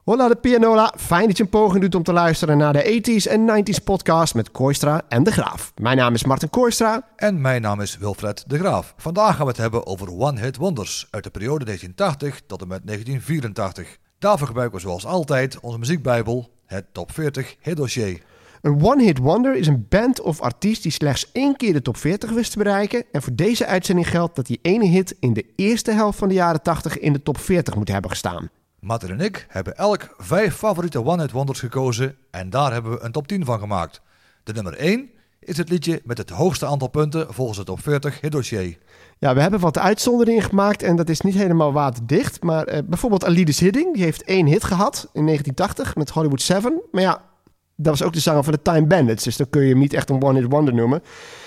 Hola de pianola, fijn dat je een poging doet om te luisteren naar de 80s en 90s podcast met Kooistra en De Graaf. Mijn naam is Martin Kooistra. En mijn naam is Wilfred De Graaf. Vandaag gaan we het hebben over one-hit wonders uit de periode 1980 tot en met 1984. Daarvoor gebruiken we zoals altijd onze muziekbijbel, het Top 40 hitdossier. Een one-hit wonder is een band of artiest die slechts 1 keer de top 40 wist te bereiken. En voor deze uitzending geldt dat die ene hit in de eerste helft van de jaren 80 in de top 40 moet hebben gestaan. Martin en ik hebben elk 5 favoriete one-hit wonders gekozen en daar hebben we een top 10 van gemaakt. De nummer 1 is het liedje met het hoogste aantal punten volgens het top 40 hitdossier. Ja, we hebben wat uitzonderingen gemaakt en dat is niet helemaal waterdicht. Maar bijvoorbeeld Alides Hiddink, die heeft 1 hit gehad in 1980 met Hollywood 7. Maar ja, dat was ook de zanger van de Time Bandits, dus dan kun je hem niet echt een one-hit wonder noemen.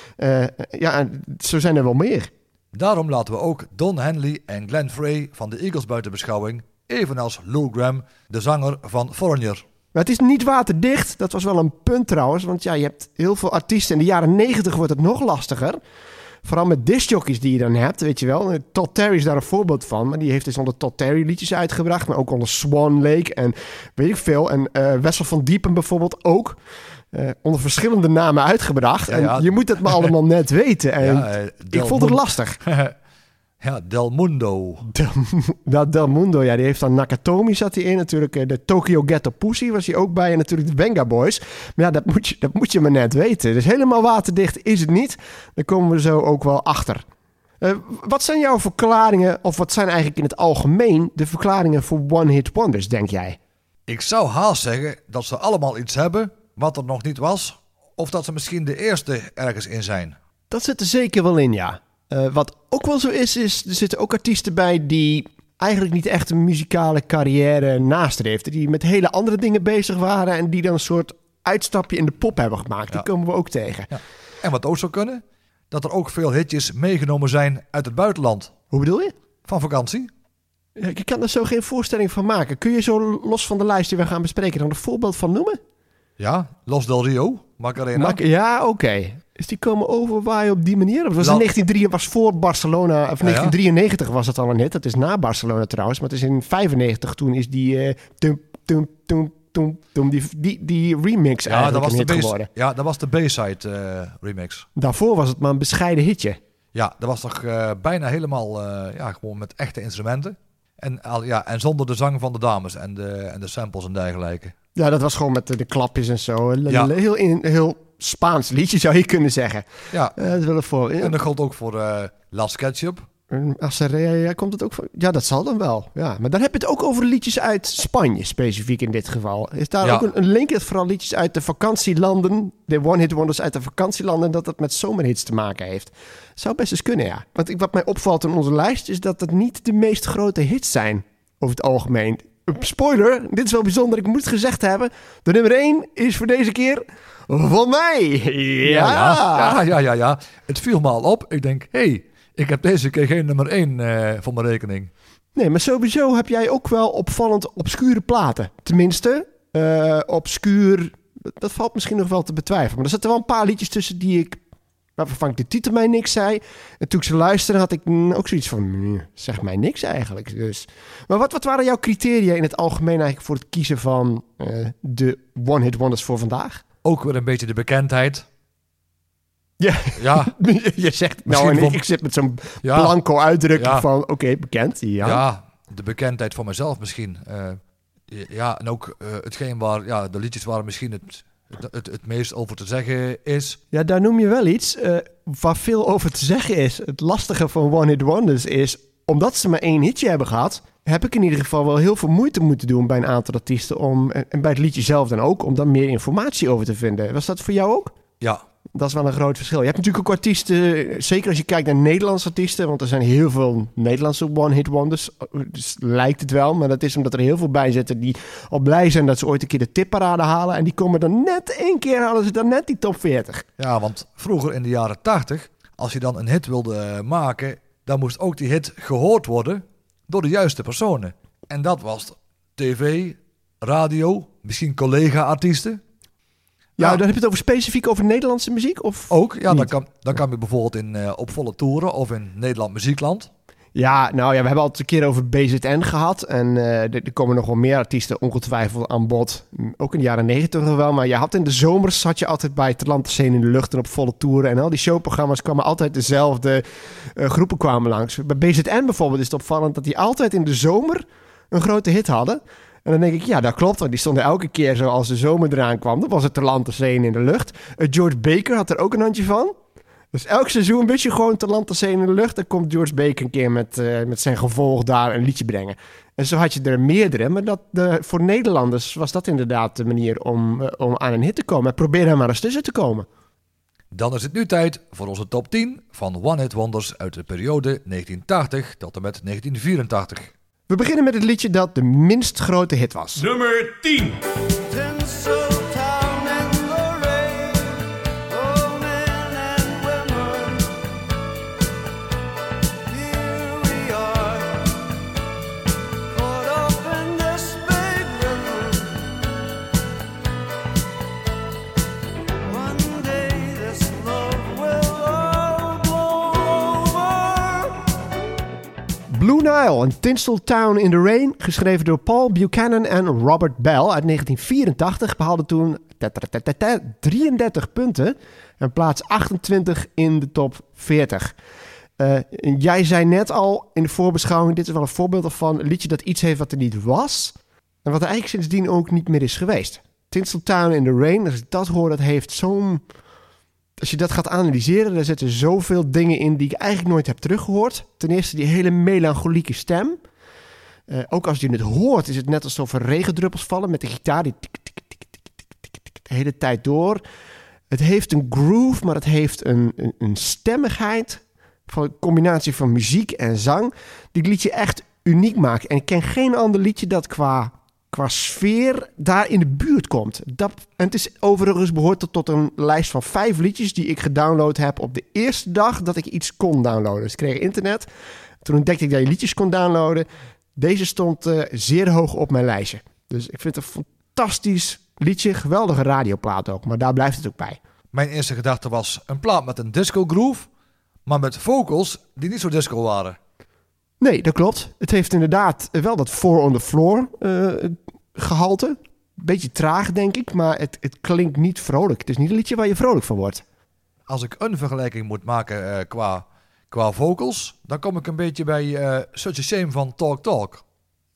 Zo zijn er wel meer. Daarom laten we ook Don Henley en Glenn Frey van de Eagles buiten beschouwing, evenals Lou Gramm, de zanger van Foreigner. Maar het is niet waterdicht, dat was wel een punt trouwens, want ja, je hebt heel veel artiesten. In de jaren 90 wordt het nog lastiger. Vooral met discjockeys die je dan hebt, weet je wel. Todd Terry is daar een voorbeeld van, maar die heeft dus onder Todd Terry liedjes uitgebracht, maar ook onder Swan Lake en weet ik veel. En Wessel van Diepen bijvoorbeeld ook. Onder verschillende namen uitgebracht. En je moet het maar allemaal net weten. En ik vond het lastig. Ja, Del Mundo. Del Mundo, ja, die heeft dan Nakatomi zat hij in. Natuurlijk de Tokyo Ghetto Pussy was hij ook bij. En natuurlijk de Venga Boys. Maar ja, dat moet je maar net weten. Dus helemaal waterdicht is het niet. Daar komen we zo ook wel achter. Wat zijn jouw verklaringen, of wat zijn eigenlijk in het algemeen de verklaringen voor one-hit wonders, denk jij? Ik zou haast zeggen dat ze allemaal iets hebben wat er nog niet was. Of dat ze misschien de eerste ergens in zijn. Dat zit er zeker wel in, ja. Wat ook wel zo is er zitten ook artiesten bij die eigenlijk niet echt een muzikale carrière nastreefden. Die met hele andere dingen bezig waren en die dan een soort uitstapje in de pop hebben gemaakt. Die komen we ook tegen. Ja. En wat ook zou kunnen, dat er ook veel hitjes meegenomen zijn uit het buitenland. Hoe bedoel je? Van vakantie. Ja, ik kan er zo geen voorstelling van maken. Kun je zo los van de lijst die we gaan bespreken dan een voorbeeld van noemen? Ja, Los del Rio, Macarena. Ja, oké. Dus die komen overwaaien op die manier? Of was in 1993 was voor Barcelona, of 1993 was het al een hit. Dat is na Barcelona trouwens, maar het is in 95 toen is die die remix eigenlijk een hit geworden. Ja, dat was de B-side remix. Daarvoor was het maar een bescheiden hitje. Ja, dat was toch bijna helemaal gewoon met echte instrumenten. En zonder de zang van de dames en de samples en dergelijke. Ja, dat was gewoon met de klapjes en zo. Heel Spaans liedje zou je kunnen zeggen. Ja. En dat geldt ook voor Las Ketchup. Acerea, komt het ook voor? Ja, dat zal dan wel. Ja, maar dan heb je het ook over liedjes uit Spanje, specifiek in dit geval. Is daar ook een link? Het vooral liedjes uit de vakantielanden, de one-hit wonders uit de vakantielanden, dat het met zomerhits te maken heeft. Zou best eens kunnen, ja. Want wat mij opvalt in onze lijst is dat het niet de meest grote hits zijn, over het algemeen. Spoiler, dit is wel bijzonder, ik moet het gezegd hebben. De nummer 1 is voor deze keer van mij. Ja. Het viel me al op. Ik denk, ik heb deze keer geen nummer 1 voor mijn rekening. Nee, maar sowieso heb jij ook wel opvallend obscure platen. Tenminste, obscuur, dat valt misschien nog wel te betwijfelen. Maar er zitten wel een paar liedjes tussen waarvan ik de titel mij niks zei. En toen ik ze luisterde had ik ook zoiets van, zeg mij niks eigenlijk. Dus. Maar wat waren jouw criteria in het algemeen eigenlijk voor het kiezen van de one-hit wonders voor vandaag? Ook weer een beetje de bekendheid. Ja. Je zegt, ik zit met zo'n blanco uitdrukking van, oké, bekend. Ja, de bekendheid van mezelf misschien. En ook hetgeen waar, de liedjes waar misschien het meest over te zeggen is. Ja, daar noem je wel iets waar veel over te zeggen is. Het lastige van one-hit wonders is, omdat ze maar 1 hitje hebben gehad, heb ik in ieder geval wel heel veel moeite moeten doen bij een aantal artiesten en bij het liedje zelf dan ook, om daar meer informatie over te vinden. Was dat voor jou ook? Ja. Dat is wel een groot verschil. Je hebt natuurlijk ook artiesten, zeker als je kijkt naar Nederlandse artiesten, want er zijn heel veel Nederlandse one-hit wonders. Dus lijkt het wel, maar dat is omdat er heel veel bij zitten die al blij zijn dat ze ooit een keer de tipparade halen. En die komen dan net 1 keer, halen ze dan net die top 40. Ja, want vroeger in de jaren 80, als je dan een hit wilde maken, dan moest ook die hit gehoord worden door de juiste personen. En dat was tv, radio, misschien collega-artiesten. Ja, dan heb je het over specifiek over Nederlandse muziek? Of ook, ja, dan kan je bijvoorbeeld op volle toeren of in Nederland Muziekland. Ja, nou ja, we hebben altijd een keer over BZN gehad. En er komen nog wel meer artiesten ongetwijfeld aan bod. Ook in de jaren 90 wel. Maar je had in de zomers zat je altijd bij Talent in de lucht en op volle toeren. En al die showprogramma's kwamen altijd dezelfde groepen kwamen langs. Bij BZN bijvoorbeeld is het opvallend dat die altijd in de zomer een grote hit hadden. En dan denk ik, ja, dat klopt. Want die stonden elke keer zo als de zomer eraan kwam. Dan was het Talent in de lucht. George Baker had er ook een handje van. Dus elk seizoen wist je gewoon Talent in de lucht. Dan komt George Baker een keer met zijn gevolg daar een liedje brengen. En zo had je er meerdere. Maar voor Nederlanders was dat inderdaad de manier om aan een hit te komen. Probeer er maar eens tussen te komen. Dan is het nu tijd voor onze top 10 van One Hit Wonders uit de periode 1980 tot en met 1984. We beginnen met het liedje dat de minst grote hit was. Nummer 10. Blue Nile en Tinseltown in the Rain, geschreven door Paul Buchanan en Robert Bell uit 1984, behaalde toen 33 punten en plaats 28 in de top 40. Jij zei net al in de voorbeschouwing, dit is wel een voorbeeld van een liedje dat iets heeft wat er niet was en wat er eigenlijk sindsdien ook niet meer is geweest. Tinseltown in the Rain, als ik dat hoor, dat heeft zo'n... Als je dat gaat analyseren, daar zitten zoveel dingen in die ik eigenlijk nooit heb teruggehoord. Ten eerste die hele melancholieke stem. Ook als je het hoort, is het net alsof er regendruppels vallen met de gitaar die tik, tik, tik, tik, tik, tik, tik, de hele tijd door. Het heeft een groove, maar het heeft een stemmigheid van een combinatie van muziek en zang die het liedje echt uniek maakt. En ik ken geen ander liedje dat qua sfeer daar in de buurt komt. En het is overigens behoort tot een lijst van 5 liedjes die ik gedownload heb op de eerste dag dat ik iets kon downloaden. Dus ik kreeg internet. Toen ontdekte ik dat je liedjes kon downloaden. Deze stond zeer hoog op mijn lijstje. Dus ik vind het een fantastisch liedje. Geweldige radioplaat ook. Maar daar blijft het ook bij. Mijn eerste gedachte was een plaat met een disco groove, maar met vocals die niet zo disco waren. Nee, dat klopt. Het heeft inderdaad wel dat Four on the Floor gehalte. Beetje traag, denk ik, maar het klinkt niet vrolijk. Het is niet een liedje waar je vrolijk van wordt. Als ik een vergelijking moet maken qua vocals, dan kom ik een beetje bij Such a Shame van Talk Talk.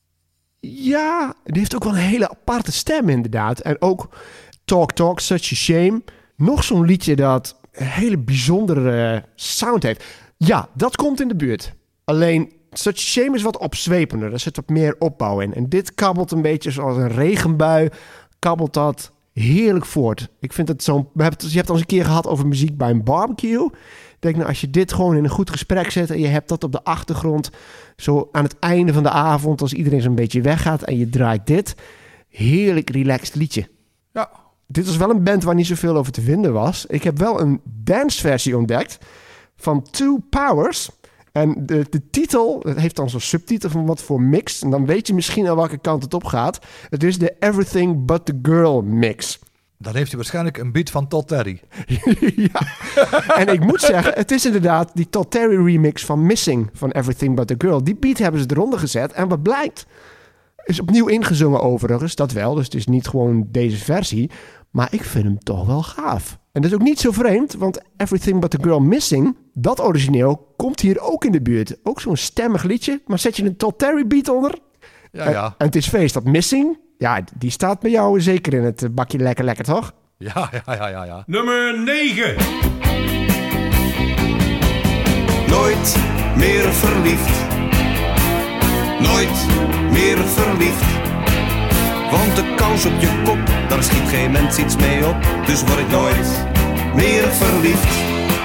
Ja, die heeft ook wel een hele aparte stem inderdaad. En ook Talk Talk, Such a Shame. Nog zo'n liedje dat een hele bijzondere sound heeft. Ja, dat komt in de buurt. Alleen Such a Shame is wat opzwepender. Er zit wat meer opbouw in. En dit kabbelt een beetje zoals een regenbui. Kabbelt dat heerlijk voort. Ik vind het zo'n... Je hebt het al eens een keer gehad over muziek bij een barbecue. Ik denk, nou, als je dit gewoon in een goed gesprek zet en je hebt dat op de achtergrond, zo aan het einde van de avond, als iedereen zo'n beetje weggaat en je draait dit. Heerlijk relaxed liedje. Ja. Dit was wel een band waar niet zoveel over te vinden was. Ik heb wel een danceversie ontdekt van Two Powers. En de titel, het heeft dan zo'n subtitel van wat voor mix. En dan weet je misschien al welke kant het op gaat. Het is de Everything But The Girl mix. Dan heeft hij waarschijnlijk een beat van Todd Terry. Ja, en ik moet zeggen, het is inderdaad die Todd Terry remix van Missing van Everything But The Girl. Die beat hebben ze eronder gezet en wat blijkt, is opnieuw ingezongen overigens, dat wel. Dus het is niet gewoon deze versie, maar ik vind hem toch wel gaaf. En dat is ook niet zo vreemd, want Everything But The Girl Missing, dat origineel, komt hier ook in de buurt. Ook zo'n stemmig liedje, maar zet je een Todd Terry beat onder. Ja. En het is feest, dat Missing, ja, die staat bij jou zeker in het bakje lekker, toch? Ja. Nummer 9. Nooit meer verliefd. Nooit meer verliefd. Want de kous op je kop, daar schiet geen mens iets mee op. Dus word ik nooit meer verliefd.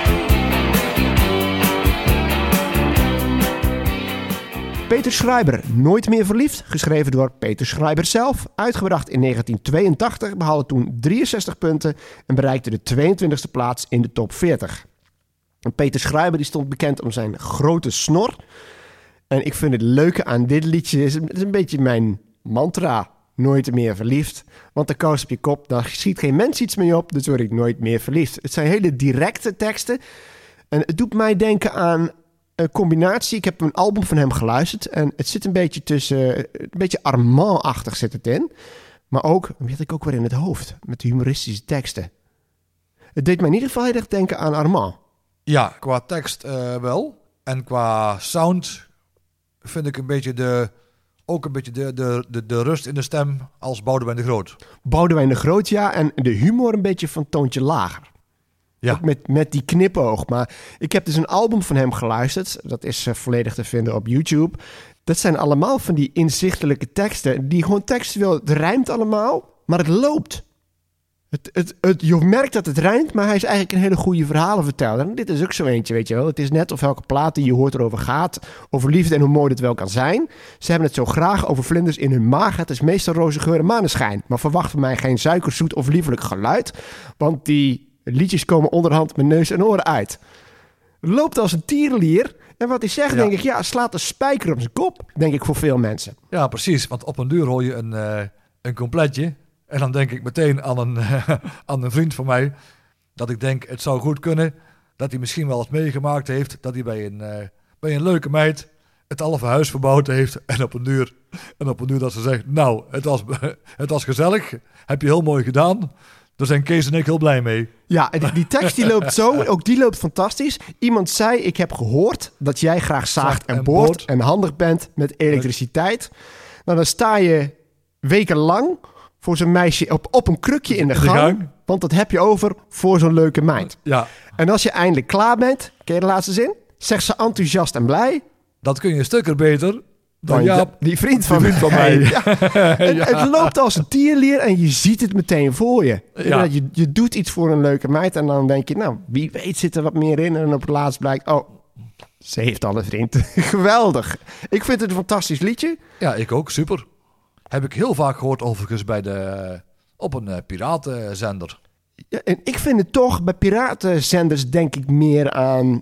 Peter Schreiber, Nooit meer verliefd, geschreven door Peter Schreiber zelf. Uitgebracht in 1982, behaalde toen 63 punten en bereikte de 22e plaats in de top 40. En Peter Schreiber die stond bekend om zijn grote snor. En ik vind het leuke aan dit liedje, het is een beetje mijn mantra, nooit meer verliefd. Want de kous op je kop, daar schiet geen mens iets mee op, dus word ik nooit meer verliefd. Het zijn hele directe teksten en het doet mij denken aan een combinatie. Ik heb een album van hem geluisterd. En het zit een beetje tussen... Een beetje Armand-achtig zit het in. Maar ook, weet ik ook weer in het hoofd. Met humoristische teksten. Het deed mij in ieder geval heel erg denken aan Armand. Ja, qua tekst wel. En qua sound vind ik een beetje de rust in de stem als Boudewijn de Groot. Boudewijn de Groot, ja. En de humor een beetje van toontje lager. Ja. Ook met die knipoog. Maar ik heb dus een album van hem geluisterd. Dat is volledig te vinden op YouTube. Dat zijn allemaal van die inzichtelijke teksten. Die gewoon textueel, het rijmt allemaal, maar het loopt. Je merkt dat het rijmt, maar hij is eigenlijk een hele goede verhalenverteller. En dit is ook zo eentje, weet je wel. Het is net of welke plaat die je hoort erover gaat. Over liefde en hoe mooi het wel kan zijn. Ze hebben het zo graag over vlinders in hun maag. Het is meestal roze geur en maneschijn. Maar verwacht van mij geen suikerzoet of liefelijk geluid. Want die liedjes komen onderhand met neus en oren uit. Loopt als een tierenlier. En wat hij zegt, denk ik, slaat een spijker op zijn kop. Denk ik voor veel mensen. Ja, precies. Want op een duur hoor je een completje. En dan denk ik meteen aan een vriend van mij. Dat ik denk, het zou goed kunnen dat hij misschien wel eens meegemaakt heeft. Dat hij bij een leuke meid het halve huis verbouwd heeft. En op een duur dat ze zegt, nou, het was gezellig. Heb je heel mooi gedaan. Daar zijn Kees en ik heel blij mee. Ja, die tekst die loopt zo. Ook die loopt fantastisch. Iemand zei, ik heb gehoord dat jij graag zaagt en boort. En handig bent met elektriciteit. Nou, dan sta je wekenlang voor zo'n meisje op een krukje in de gang. Want dat heb je over voor zo'n leuke meid. Ja. En als je eindelijk klaar bent, ken je de laatste zin? Zegt ze enthousiast en blij. Dat kun je een stukker beter dan Jaap. Die vriend van mij. Ja. Het loopt als een tierlier en je ziet het meteen voor je. Ja. Je doet iets voor een leuke meid en dan denk je, nou, wie weet zit er wat meer in. En op het laatst blijkt, oh, ze heeft al een vriend. Geweldig. Ik vind het een fantastisch liedje. Ja, ik ook. Super. Heb ik heel vaak gehoord overigens op een piratenzender. Ja, en ik vind het toch, bij piratenzenders denk ik meer aan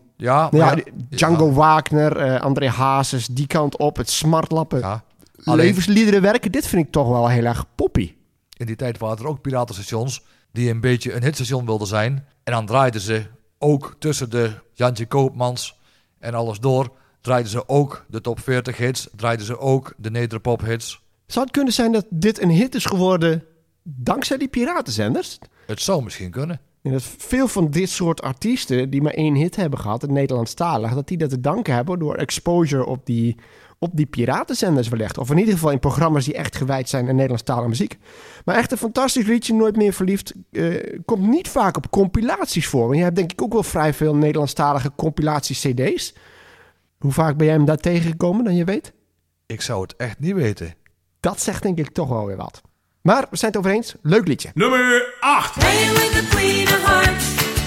Django Wagner, André Hazes, die kant op, het smartlappen. Ja. Levensliederen werken, dit vind ik toch wel heel erg poppy. In die tijd waren er ook piratenstations die een beetje een hitstation wilden zijn. En dan draaiden ze ook tussen de Jantje Koopmans en alles door, draaiden ze ook de top 40 hits, draaiden ze ook de nederpop hits. Zou het kunnen zijn dat dit een hit is geworden dankzij die piratenzenders? Het zou misschien kunnen. En dat veel van dit soort artiesten die maar 1 hit hebben gehad, het Nederlandstalig, dat die dat te danken hebben door exposure op die piratenzenders wellicht. Of in ieder geval in programma's die echt gewijd zijn aan Nederlandstalige muziek. Maar echt een fantastisch liedje, Nooit meer verliefd, komt niet vaak op compilaties voor. Want je hebt denk ik ook wel vrij veel Nederlandstalige compilatie-cd's. Hoe vaak ben jij hem daar tegengekomen dan je weet? Ik zou het echt niet weten. Dat zegt denk ik toch wel weer wat. Maar we zijn het over eens. Leuk liedje. Nummer 8. Playing with the queen of hearts.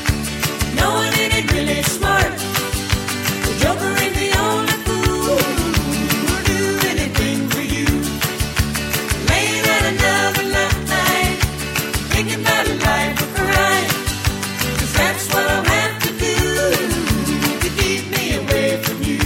No one in it really smart. The joker ain't the only fool who'll do anything for you. Laying out another night, thinking about a life of crime. 'Cause that's what I'll have to do to keep me away from you.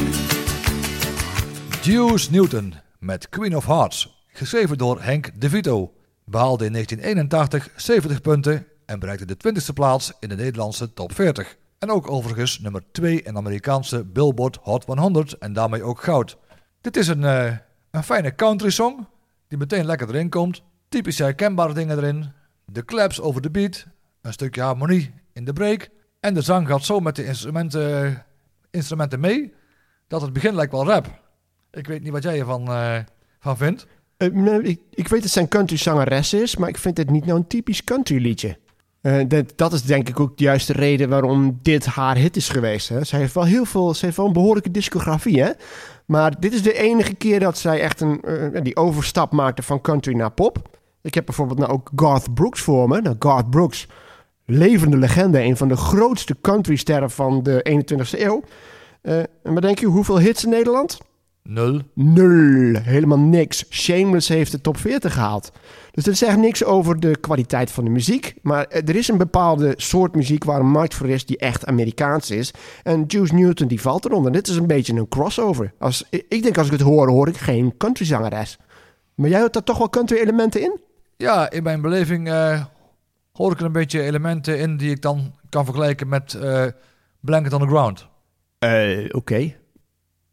Juice Newton met Queen of Hearts. Geschreven door Henk de Vito. Behaalde in 1981 70 punten en bereikte de 20e plaats in de Nederlandse top 40. En ook overigens nummer 2 in de Amerikaanse Billboard Hot 100 en daarmee ook goud. Dit is een fijne country song die meteen lekker erin komt. Typisch herkenbare dingen erin. De claps over de beat. Een stukje harmonie in de break. En de zang gaat zo met de instrumenten mee dat het begin lijkt wel rap. Ik weet niet wat jij ervan van vindt. Ik weet dat zijn country zangeres is, maar ik vind het niet nou een typisch country liedje. Dat is denk ik ook de juiste reden waarom dit haar hit is geweest. Hè. Zij heeft wel een behoorlijke discografie, hè. Maar dit is de enige keer dat zij echt die overstap maakte van country naar pop. Ik heb bijvoorbeeld nou ook Garth Brooks voor me. Nou, Garth Brooks, levende legende, een van de grootste countrysterren van de 21ste eeuw. Maar denk je, hoeveel hits in Nederland? 0. Helemaal niks. Shameless heeft de top 40 gehaald. Dus dat zegt niks over de kwaliteit van de muziek. Maar er is een bepaalde soort muziek waar een markt voor is die echt Amerikaans is. En Juice Newton die valt eronder. Dit is een beetje een crossover. Ik denk als ik het hoor ik geen countryzangeres. Maar jij hoort daar toch wel country elementen in? Ja, in mijn beleving hoor ik er een beetje elementen in die ik dan kan vergelijken met Blanket on the Ground. Oké.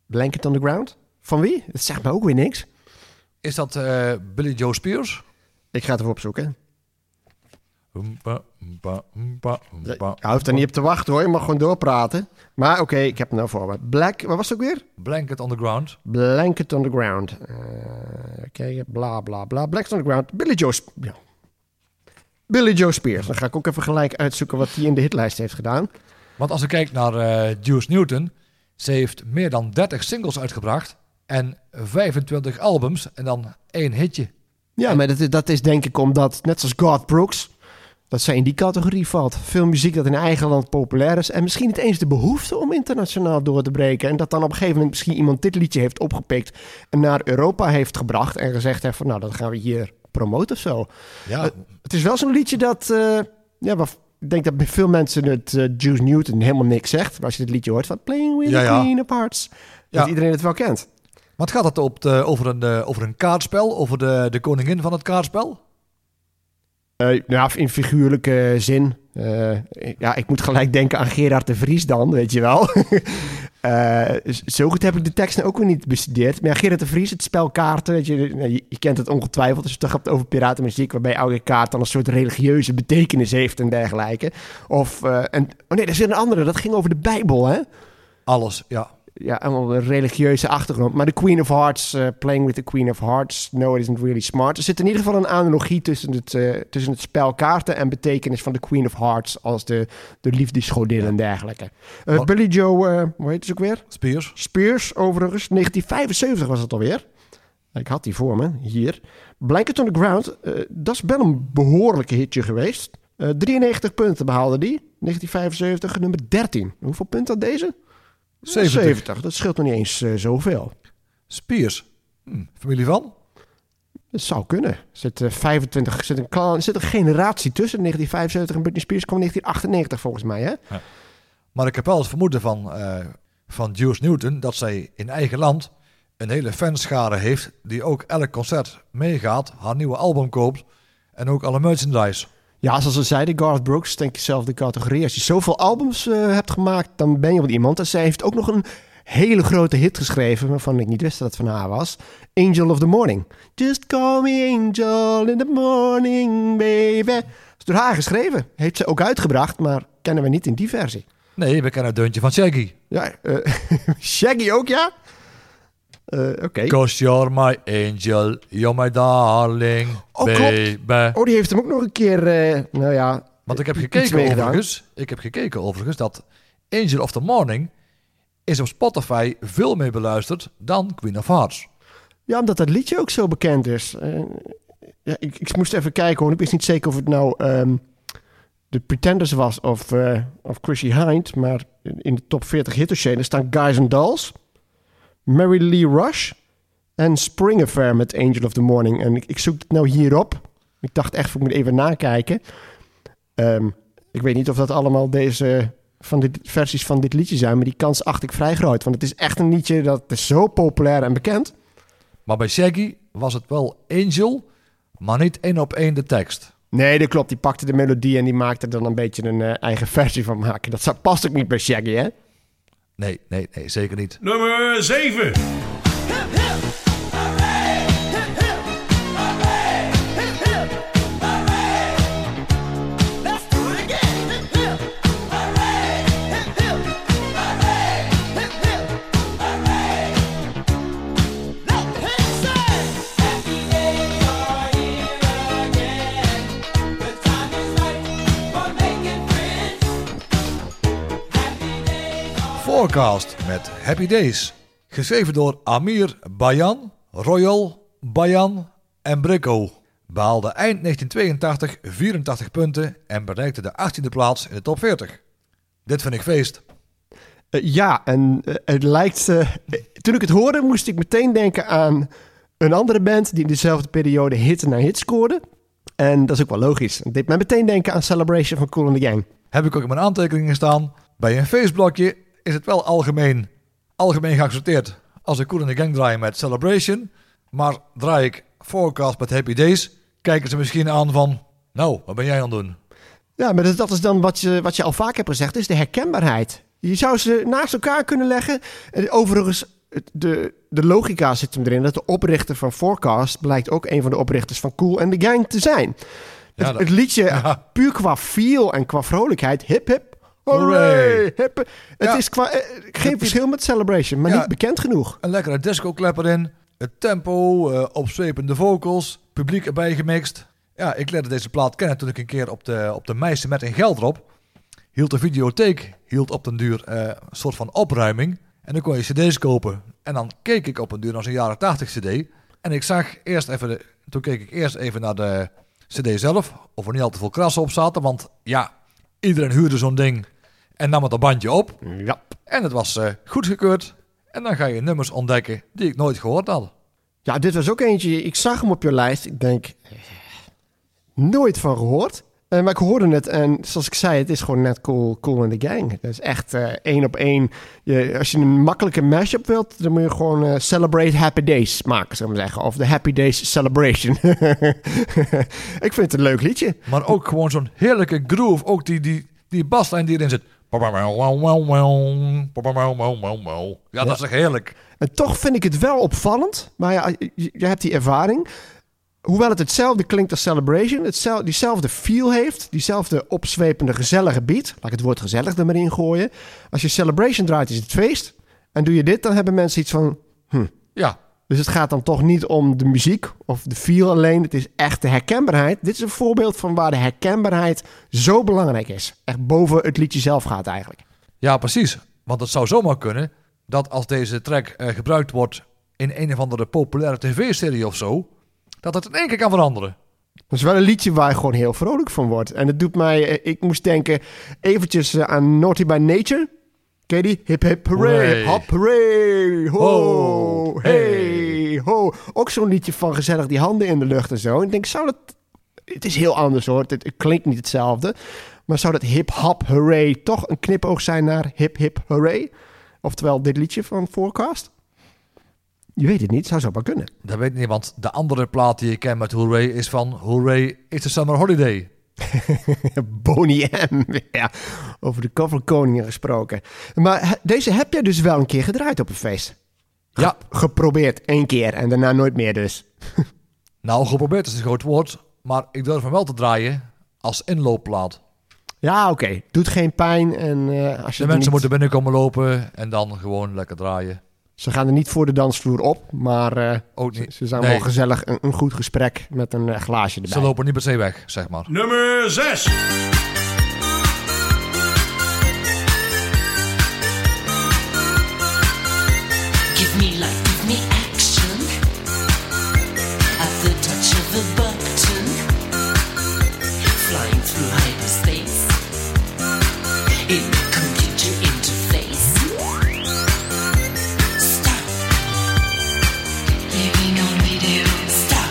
Blanket on the Ground? Van wie? Dat zegt me ook weer niks. Is dat Billy Joe Spears? Ik ga het even opzoeken. Humpa, humpa, humpa, humpa. Je hoeft er niet op te wachten hoor, je mag gewoon doorpraten. Maar oké, ik heb het nou voor me. Wat was het ook weer? Blanket on the Ground. Blanket on the Ground. Oké, bla bla bla. Blanket on the Ground. Billy Joe Spears. Dan ga ik ook even gelijk uitzoeken wat hij in de hitlijst heeft gedaan. Want als je kijkt naar Juice Newton, ze heeft meer dan 30 singles uitgebracht en 25 albums en dan 1 hitje. Ja, maar dat is denk ik omdat, net zoals Garth Brooks, dat zij in die categorie valt. Veel muziek dat in eigen land populair is en misschien niet eens de behoefte om internationaal door te breken. En dat dan op een gegeven moment misschien iemand dit liedje heeft opgepikt en naar Europa heeft gebracht en gezegd heeft van nou, dat gaan we hier promoten of zo. Ja. Het is wel zo'n liedje dat, ik denk dat bij veel mensen het Juice Newton helemaal niks zegt. Maar als je dit liedje hoort van Playing with the Queen of Hearts, dat iedereen het wel kent. Wat gaat het over een kaartspel? Over de koningin van het kaartspel? In figuurlijke zin. Ik moet gelijk denken aan Gerard de Vries dan, weet je wel. Zo goed heb ik de tekst ook weer niet bestudeerd. Maar Gerard de Vries, het spel kaarten, weet je kent het ongetwijfeld als je het toch hebt over piratenmuziek, waarbij elke kaart dan een soort religieuze betekenis heeft en dergelijke. Er is een andere, dat ging over de Bijbel, hè? Alles, ja. Ja, allemaal een religieuze achtergrond. Maar de Queen of Hearts, Playing with the Queen of Hearts, no, it isn't really smart. Er zit in ieder geval een analogie tussen het spel kaarten en betekenis van de Queen of Hearts als de liefdesgodin en dergelijke. Billy Joe, hoe heet het ook weer? Spears, overigens. 1975 was het alweer. Ik had die voor me, hier. Blanket on the Ground, dat is wel een behoorlijke hitje geweest. 93 punten behaalde die. 1975, nummer 13. Hoeveel punten had deze? 70. Dat scheelt nog niet eens zoveel. Spears. Familie van? Dat zou kunnen. Er zit een generatie tussen. 1975 en Britney Spears kwam in 1998 volgens mij. Hè? Ja. Maar ik heb wel het vermoeden van Juice Newton dat zij in eigen land een hele fanschare heeft die ook elk concert meegaat, haar nieuwe album koopt en ook alle merchandise. Ja, zoals we zeiden, Garth Brooks, denk ik zelf de categorie. Als je zoveel albums hebt gemaakt, dan ben je wel iemand. En zij heeft ook nog een hele grote hit geschreven, waarvan ik niet wist dat het van haar was. Angel of the Morning. Just call me angel in the morning, baby. Dat is door haar geschreven. Heeft ze ook uitgebracht, maar kennen we niet in die versie. Nee, we kennen het deuntje van Shaggy. Ja, Shaggy ook, ja? Oké. 'Cause you're my angel, you're my darling, baby. Klopt. Die heeft hem ook nog een keer, Want ik heb gekeken overigens dat Angel of the Morning is op Spotify veel meer beluisterd dan Queen of Hearts. Ja, omdat dat liedje ook zo bekend is. Ik moest even kijken hoor. Ik wist niet zeker of het nou de Pretenders was of Chrissy Hind. Maar in de top 40 hitdossier staan Guys and Dolls, Mary Lee Rush en Spring Affair met Angel of the Morning. En ik zoek het nou hierop. Ik dacht echt, ik moet even nakijken. Ik weet niet of dat allemaal deze versies van dit liedje zijn, maar die kans acht ik vrij groot. Want het is echt een liedje dat is zo populair en bekend. Maar bij Shaggy was het wel Angel, maar niet 1 op 1 de tekst. Nee, dat klopt. Die pakte de melodie en die maakte er dan een beetje een eigen versie van maken. Dat past ook niet bij Shaggy, hè? Nee, zeker niet. Nummer 7. Forecast met Happy Days. Geschreven door Amir Bayan, Royal, Bayan en Bricko. Behaalde eind 1982 84 punten en bereikte de 18e plaats in de top 40. Dit vind ik feest. Het lijkt... toen ik het hoorde, moest ik meteen denken aan een andere band die in dezelfde periode hit na hit scoorde. En dat is ook wel logisch. Het deed mij meteen denken aan Celebration van Kool and the Gang. Heb ik ook in mijn aantekeningen staan. Bij een feestblokje is het wel algemeen geaccepteerd als ik Kool and the Gang draai met Celebration. Maar draai ik Forecast met Happy Days, kijken ze misschien aan van, nou, wat ben jij aan het doen? Ja, maar dat is dan wat je al vaak hebt gezegd, is de herkenbaarheid. Je zou ze naast elkaar kunnen leggen. Overigens, de logica zit hem erin dat de oprichter van Forecast blijkt ook een van de oprichters van Kool and the Gang te zijn. Ja, Het liedje, puur qua feel en qua vrolijkheid, hip hip, hooray, hip. Het is geen verschil met Celebration, maar niet bekend genoeg. Een lekkere disco-klep erin, het tempo, opzwepende vocals, publiek erbij gemixt. Ja, ik leerde deze plaat kennen toen ik een keer op de Meisje met een Geldrop hield de videotheek, hield op den duur een soort van opruiming. En dan kon je cd's kopen. En dan keek ik op een duur naar zo'n jaren 80 cd. En ik zag toen keek ik eerst even naar de cd zelf, of er niet al te veel krassen op zaten. Want ja, iedereen huurde zo'n ding en nam het een bandje op. Ja. En het was goedgekeurd. En dan ga je nummers ontdekken die ik nooit gehoord had. Ja, dit was ook eentje, ik zag hem op je lijst. Ik denk, nooit van gehoord. Maar ik hoorde het en zoals ik zei, het is gewoon net Kool and the Gang. Dat is echt 1 op 1. Als je een makkelijke mashup wilt, dan moet je gewoon Celebrate Happy Days maken, zou ik maar zeggen. Of de Happy Days Celebration. Ik vind het een leuk liedje. Maar ook gewoon zo'n heerlijke groove. Ook die baslijn die erin zit. Ja, dat is echt heerlijk. En toch vind ik het wel opvallend. Maar ja, je hebt die ervaring. Hoewel het hetzelfde klinkt als Celebration, diezelfde feel heeft, diezelfde opzwepende gezellige beat. Laat ik het woord gezellig er maar in gooien. Als je Celebration draait is het feest. En doe je dit, dan hebben mensen iets van... Ja. Dus het gaat dan toch niet om de muziek of de feel alleen. Het is echt de herkenbaarheid. Dit is een voorbeeld van waar de herkenbaarheid zo belangrijk is. Echt boven het liedje zelf gaat eigenlijk. Ja, precies. Want het zou zomaar kunnen dat als deze track gebruikt wordt in een of andere populaire tv-serie of zo, dat het in één keer kan veranderen. Dat is wel een liedje waar je gewoon heel vrolijk van wordt. En het doet mij... Ik moest denken eventjes aan Naughty by Nature. Ken je die? Hip hip hooray, hip hop hooray, ho, hey, ho. Ook zo'n liedje van gezellig die handen in de lucht en zo. En ik denk, het is heel anders hoor. Het klinkt niet hetzelfde. Maar zou dat hip hop hooray toch een knipoog zijn naar hip hip hooray? Oftewel dit liedje van Forecast? Je weet het niet, zou zo maar kunnen. Dat weet ik niet, want de andere plaat die ik ken met Hooray is van Hooray, It's a Summer Holiday. Boney M. Ja, over de coverkoningen gesproken. Maar deze heb jij dus wel een keer gedraaid op een feest? Ja. Geprobeerd, 1 keer en daarna nooit meer dus. Nou, geprobeerd is een groot woord, maar ik durf hem wel te draaien als inloopplaat. Ja, oké. Doet geen pijn. En, als je de mensen moeten binnenkomen lopen en dan gewoon lekker draaien. Ze gaan er niet voor de dansvloer op, maar ook niet. Ze zijn wel gezellig een goed gesprek met een glaasje erbij. Ze lopen niet per se weg, zeg maar. Nummer 6. Give me life, give me action. At the touch of a button, flying through hyperspace in a computer interface. Stop. Living on video. Stop.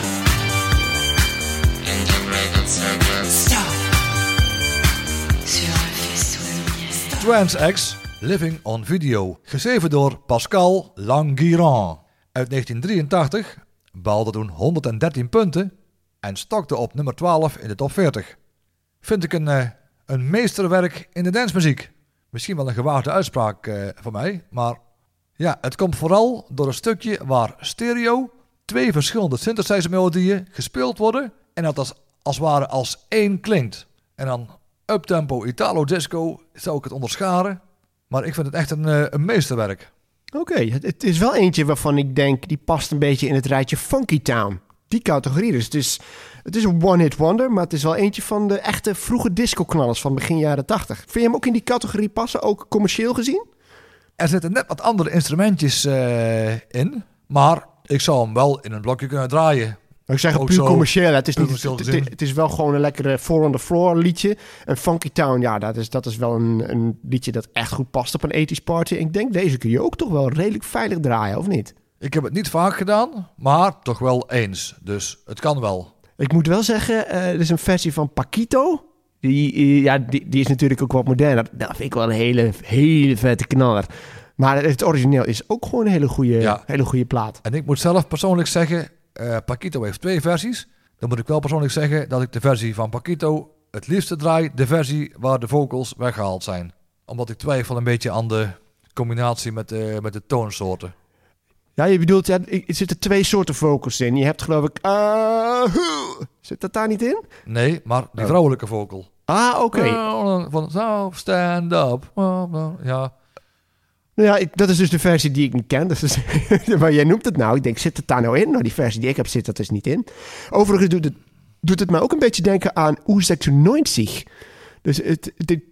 Integrated circuit. Stop. Sur un faisceau lumière. Trans-X, Living on Video. Geschreven door Pascal Languirand. Uit 1983, behaalde toen 113 punten en stokte op nummer 12 in de top 40. Vind ik een meesterwerk in de dancemuziek. Misschien wel een gewaagde uitspraak van mij, maar ja, het komt vooral door een stukje waar stereo, 2 verschillende synthesizer-melodieën gespeeld worden en dat als ware als één klinkt. En dan uptempo Italo-disco zou ik het onderscharen, maar ik vind het echt een meesterwerk. Oké, het is wel eentje waarvan ik denk, die past een beetje in het rijtje Funky Town. Die categorie dus. Het is een one-hit wonder, maar het is wel eentje van de echte vroege disco-knallers van begin jaren 80. Vind je hem ook in die categorie passen, ook commercieel gezien? Er zitten net wat andere instrumentjes in, maar ik zou hem wel in een blokje kunnen draaien. Ik zeg Ook puur zo, commercieel. Het is, puur niet, commercieel gezien. het is wel gewoon een lekkere Four on the Floor liedje. En Funky Town, ja, dat is wel een liedje dat echt goed past op een 80s party. En ik denk, deze kun je ook toch wel redelijk veilig draaien, of niet? Ik heb het niet vaak gedaan, maar toch wel eens. Dus het kan wel. Ik moet wel zeggen, er is een versie van Paquito. Die is natuurlijk ook wat moderner. Dat vind ik wel een hele vette knaller. Maar het origineel is ook gewoon een hele goede plaat. En ik moet zelf persoonlijk zeggen, Paquito heeft 2 versies. Dan moet ik wel persoonlijk zeggen dat ik de versie van Paquito het liefste draai. De versie waar de vocals weggehaald zijn. Omdat ik twijfel een beetje aan de combinatie met de toonsoorten. Ja, je bedoelt, er zitten 2 soorten vocals in. Je hebt geloof ik... Zit dat daar niet in? Nee, maar die vrouwelijke vocal. Ah, oké. Van stand up. Ja. Nou ja, dat is dus de versie die ik niet ken. Dus maar jij noemt het nou. Ik denk, zit het daar nou in? Nou, die versie die ik heb zit dat dus niet in. Overigens doet het mij ook een beetje denken aan U96. Dus het...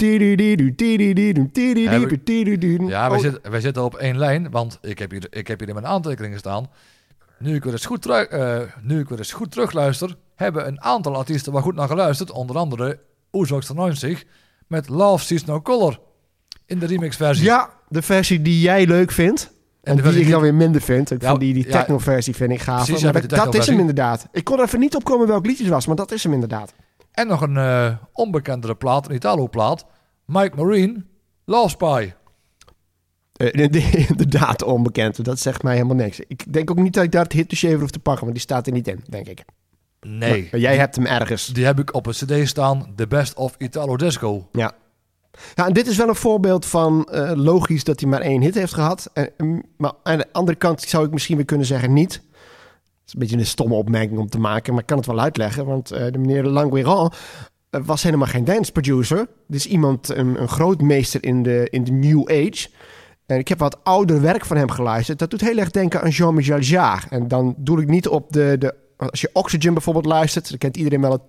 Ja, wij zitten op 1 lijn, want ik heb hier in mijn aantekeningen staan. Nu ik weer eens goed terugluister, hebben een aantal artiesten wel goed naar geluisterd. Onder andere U96 met Love Sees No Color in de remixversie. Ja, de versie die jij leuk vindt. En die ik dan weer minder vind. Ik vind die techno-versie vind ik gaaf. Precies, maar dat is hem inderdaad. Ik kon er even niet op komen welk liedje het was, maar dat is hem inderdaad. En nog een onbekendere plaat, een Italo-plaat. Mike Marine, Love Spy. Inderdaad onbekend. Dat zegt mij helemaal niks. Ik denk ook niet dat ik daar het hitdossier hoef te pakken, want die staat er niet in, denk ik. Nee. Maar jij hebt hem ergens. Die heb ik op een cd staan. The Best of Italo Disco. Ja. Ja, en dit is wel een voorbeeld van logisch dat hij maar 1 hit heeft gehad. Maar aan de andere kant zou ik misschien weer kunnen zeggen niet. Dat is een beetje een stomme opmerking om te maken, maar ik kan het wel uitleggen. Want de meneer Languiran was helemaal geen dance producer. Dit is iemand, een grootmeester in de New Age. En ik heb wat ouder werk van hem geluisterd. Dat doet heel erg denken aan Jean-Michel Jarre. En dan doe ik niet op als je Oxygen bijvoorbeeld luistert, dan kent iedereen wel het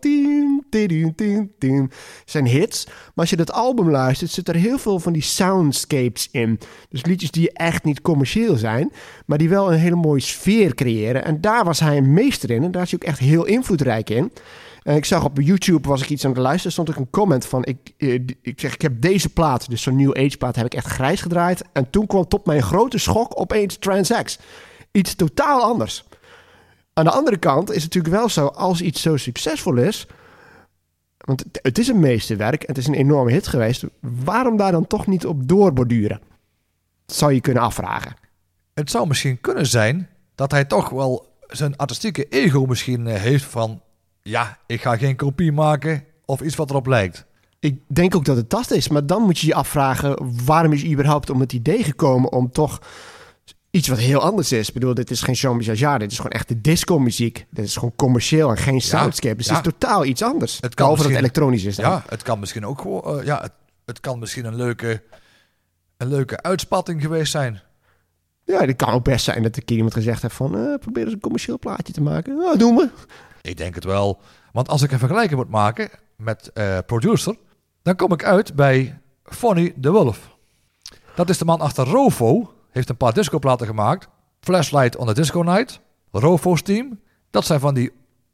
zijn hits. Maar als je dat album luistert, zit er heel veel van die soundscapes in. Dus liedjes die echt niet commercieel zijn, maar die wel een hele mooie sfeer creëren. En daar was hij een meester in en daar is hij ook echt heel invloedrijk in. En ik zag op YouTube, was ik iets aan het luisteren, stond ook een comment van, ik heb deze plaat, dus zo'n New Age plaat, heb ik echt grijs gedraaid. En toen kwam tot mijn grote schok opeens Trans-X. Iets totaal anders. Aan de andere kant is het natuurlijk wel zo, als iets zo succesvol is, want het is een meesterwerk en het is een enorme hit geweest, waarom daar dan toch niet op doorborduren? Dat zou je kunnen afvragen. Het zou misschien kunnen zijn dat hij toch wel zijn artistieke ego misschien heeft van, ja, ik ga geen kopie maken of iets wat erop lijkt. Ik denk ook dat het dat is, maar dan moet je je afvragen, waarom is hij überhaupt om het idee gekomen om toch iets wat heel anders is. Ik bedoel, dit is geen Jean-Michel Jarre, dit is gewoon echte disco-muziek. Dit is gewoon commercieel en geen soundscape. Dus het is totaal iets anders. Het kan behalve dat het elektronisch is dan. Ja, het kan misschien ook gewoon, het kan misschien een leuke uitspatting geweest zijn. Ja, het kan ook best zijn dat een keer iemand gezegd heeft van, probeer eens een commercieel plaatje te maken. Nou, doen we. Ik denk het wel. Want als ik een vergelijking moet maken met producer, dan kom ik uit bij Fonny de Wolf. Dat is de man achter Rofo. Heeft een paar discoplaten gemaakt. Flashlight on the Disco Night. Rofo's Team. Dat zijn van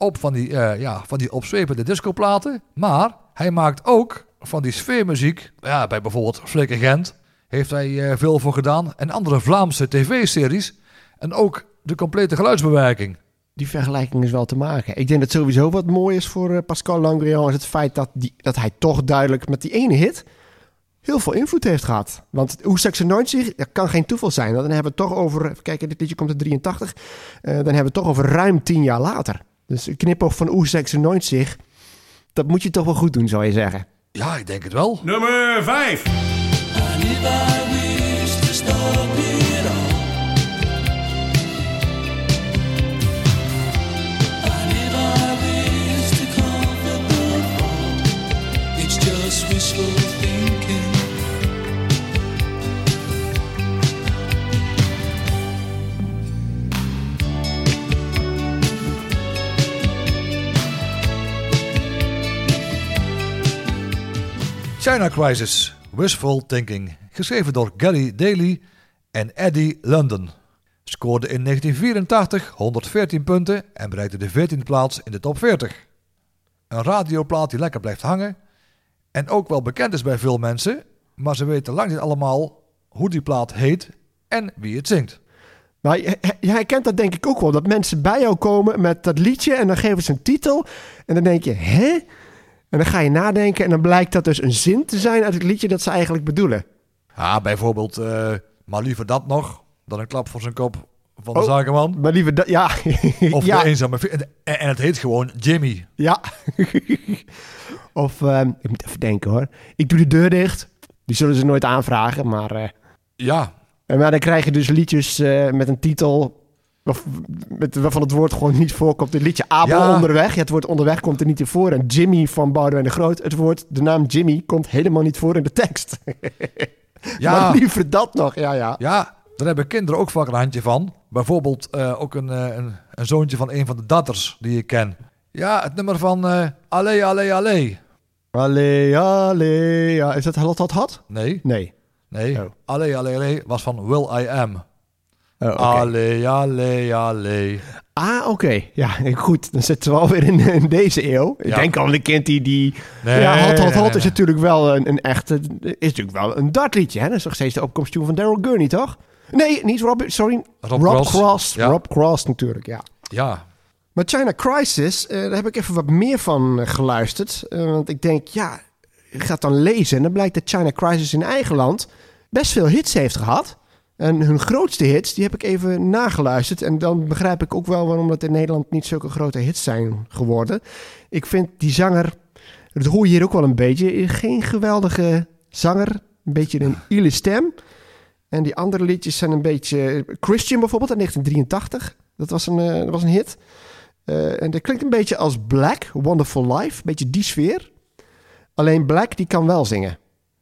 die opzwepende discoplaten. Maar hij maakt ook van die sfeermuziek. Ja, bij bijvoorbeeld Flikker Gent heeft hij veel voor gedaan. En andere Vlaamse tv-series. En ook de complete geluidsbewerking. Die vergelijking is wel te maken. Ik denk dat sowieso wat mooi is voor Pascal Languiran is het feit dat hij toch duidelijk met die ene hit heel veel invloed heeft gehad. Want U96, dat kan geen toeval zijn. Dan hebben we het toch over, even kijken, dit liedje komt uit 83. Dan hebben we het toch over ruim 10 jaar later. Dus een knipoog van U96, dat moet je toch wel goed doen, zou je zeggen. Ja, ik denk het wel. Nummer 5. Wishful thinking. China Crisis, Wishful Thinking. Geschreven door Gary Daly en Eddie London. Scoorde in 1984 114 punten en bereikte de 14e plaats in de top 40. Een radioplaat die lekker blijft hangen. En ook wel bekend is bij veel mensen, maar ze weten lang niet allemaal hoe die plaat heet en wie het zingt. Maar jij herkent dat denk ik ook wel, dat mensen bij jou komen met dat liedje en dan geven ze een titel en dan denk je, hè? En dan ga je nadenken en dan blijkt dat dus een zin te zijn uit het liedje dat ze eigenlijk bedoelen. Ja, bijvoorbeeld, maar liever dat nog dan een klap voor zijn kop van de zakenman. Maar liever dat, ja. Of ja. de eenzame en het heet gewoon Jimmy. Ja. Of, ik moet even denken hoor. Ik doe de deur dicht. Die zullen ze nooit aanvragen, maar... Ja, Maar dan krijg je dus liedjes met een titel waarvan het woord gewoon niet voorkomt. Het liedje Abel onderweg. Ja, het woord onderweg komt er niet in voor. En Jimmy van Boudewijn de Groot. De naam Jimmy komt helemaal niet voor in de tekst. Ja. Maar liever dat nog, ja. Ja, daar hebben kinderen ook vaak een handje van. Bijvoorbeeld ook een zoontje van een van de datters die ik ken. Ja, het nummer van Allee, Allee, Allee. Allee, allee, ja. Is dat Hot? Nee. Oh. Allee, Allee, Allee was van Will I Am. Oh, okay. Allee, allee, allee. Ah, oké. Ja, goed. Dan zitten we alweer in deze eeuw. Ik denk al een kind die... Nee, ja, Hot is natuurlijk wel een echte... Is natuurlijk wel een dartliedje, hè? Dat is nog steeds de opkomsttune van Daryl Gurney, toch? Nee, niet Rob... Sorry. Rob Cross. Ja. Rob Cross natuurlijk, ja. Ja. Maar China Crisis, daar heb ik even wat meer van geluisterd. Want ik denk, ja... Je gaat dan lezen en dan blijkt dat China Crisis in eigen land best veel hits heeft gehad. En hun grootste hits, die heb ik even nageluisterd. En dan begrijp ik ook wel waarom dat in Nederland niet zulke grote hits zijn geworden. Ik vind die zanger, dat hoor je hier ook wel een beetje, geen geweldige zanger. Een beetje een ile stem. En die andere liedjes zijn een beetje... Christian bijvoorbeeld, uit 1983. Dat was een hit. En dat klinkt een beetje als Black, Wonderful Life. Een beetje die sfeer. Alleen Black, die kan wel zingen.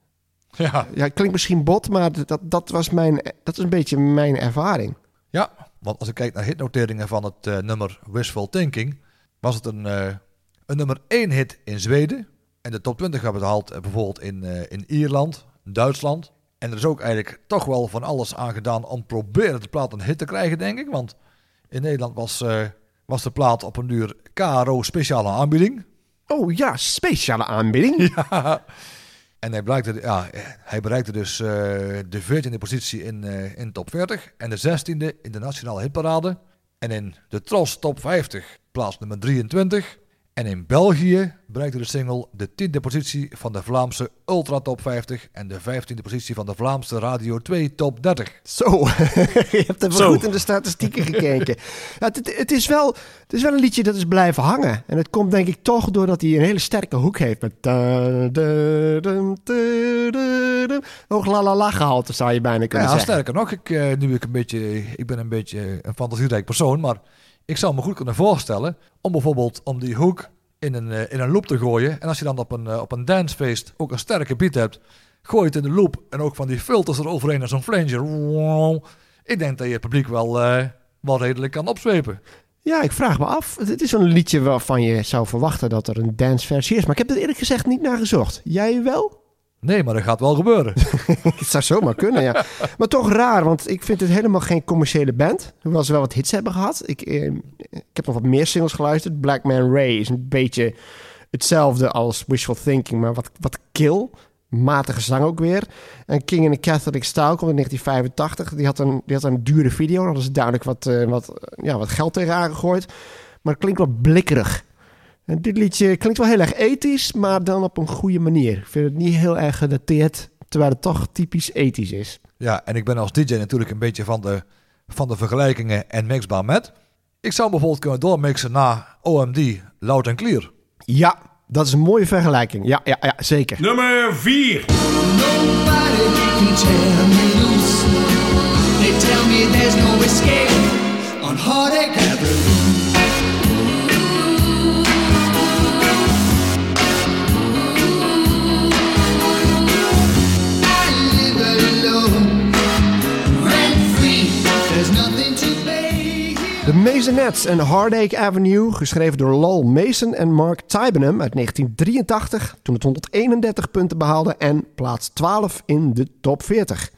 Ja, klinkt misschien bot, maar dat is een beetje mijn ervaring. Ja, want als ik kijk naar hitnoteringen van het nummer Wishful Thinking, was het een nummer 1 hit in Zweden. En de top 20 hebben we gehaald bijvoorbeeld in Ierland, Duitsland. En er is ook eigenlijk toch wel van alles aan gedaan om proberen de plaat een hit te krijgen, denk ik. Want in Nederland was de plaat op een duur KRO speciale aanbieding. Oh ja, speciale aanbieding. Ja. En hij bereikte dus de 14e positie in top 40 en de 16e in de nationale hitparade. En in de Tros top 50 plaats nummer 23. En in België bereikte de single de 10e positie van de Vlaamse Ultra Top 50 en de 15e positie van de Vlaamse Radio 2 Top 30. Zo, je hebt even goed in de statistieken gekeken. Ja, het is wel een liedje dat is blijven hangen. En het komt denk ik toch doordat hij een hele sterke hoek heeft. Met hoog la la la gehalte zou je bijna kunnen zeggen. Sterker nog, ik ben een beetje een fantasierijk persoon, maar ik zou me goed kunnen voorstellen om bijvoorbeeld om die hoek in een loop te gooien. En als je dan op een dancefeest ook een sterke beat hebt, gooi het in de loop en ook van die filters eroverheen en zo'n flanger. Ik denk dat je het publiek wel redelijk kan opzwepen. Ja, ik vraag me af. Het is een liedje waarvan je zou verwachten dat er een danceversie is. Maar ik heb er eerlijk gezegd niet naar gezocht. Jij wel? Nee, maar dat gaat wel gebeuren. Het zou zomaar kunnen, ja. Maar toch raar, want ik vind het helemaal geen commerciële band. Hoewel ze wel wat hits hebben gehad. Ik heb nog wat meer singles geluisterd. Black Man Ray is een beetje hetzelfde als Wishful Thinking, maar wat kil. Matige zang ook weer. En King in the Catholic Style komt in 1985. Die had een dure video. Daar hadden ze duidelijk wat geld tegen aangegooid. Maar het klinkt wat blikkerig. En dit liedje klinkt wel heel erg ethisch, maar dan op een goede manier. Ik vind het niet heel erg gedateerd, terwijl het toch typisch ethisch is. Ja, en ik ben als DJ natuurlijk een beetje van de vergelijkingen en mixbaar met. Ik zou bijvoorbeeld kunnen doormixen naar OMD, Loud and Clear. Ja, dat is een mooie vergelijking. Ja, zeker. Nummer 4. Nobody can tear me loose. They tell me there's no escape on Heartache Avenue. The Maisonettes en Heartache Avenue, geschreven door Lol Mason en Mark Tybenham uit 1983, toen het 131 punten behaalde en plaats 12 in de top 40.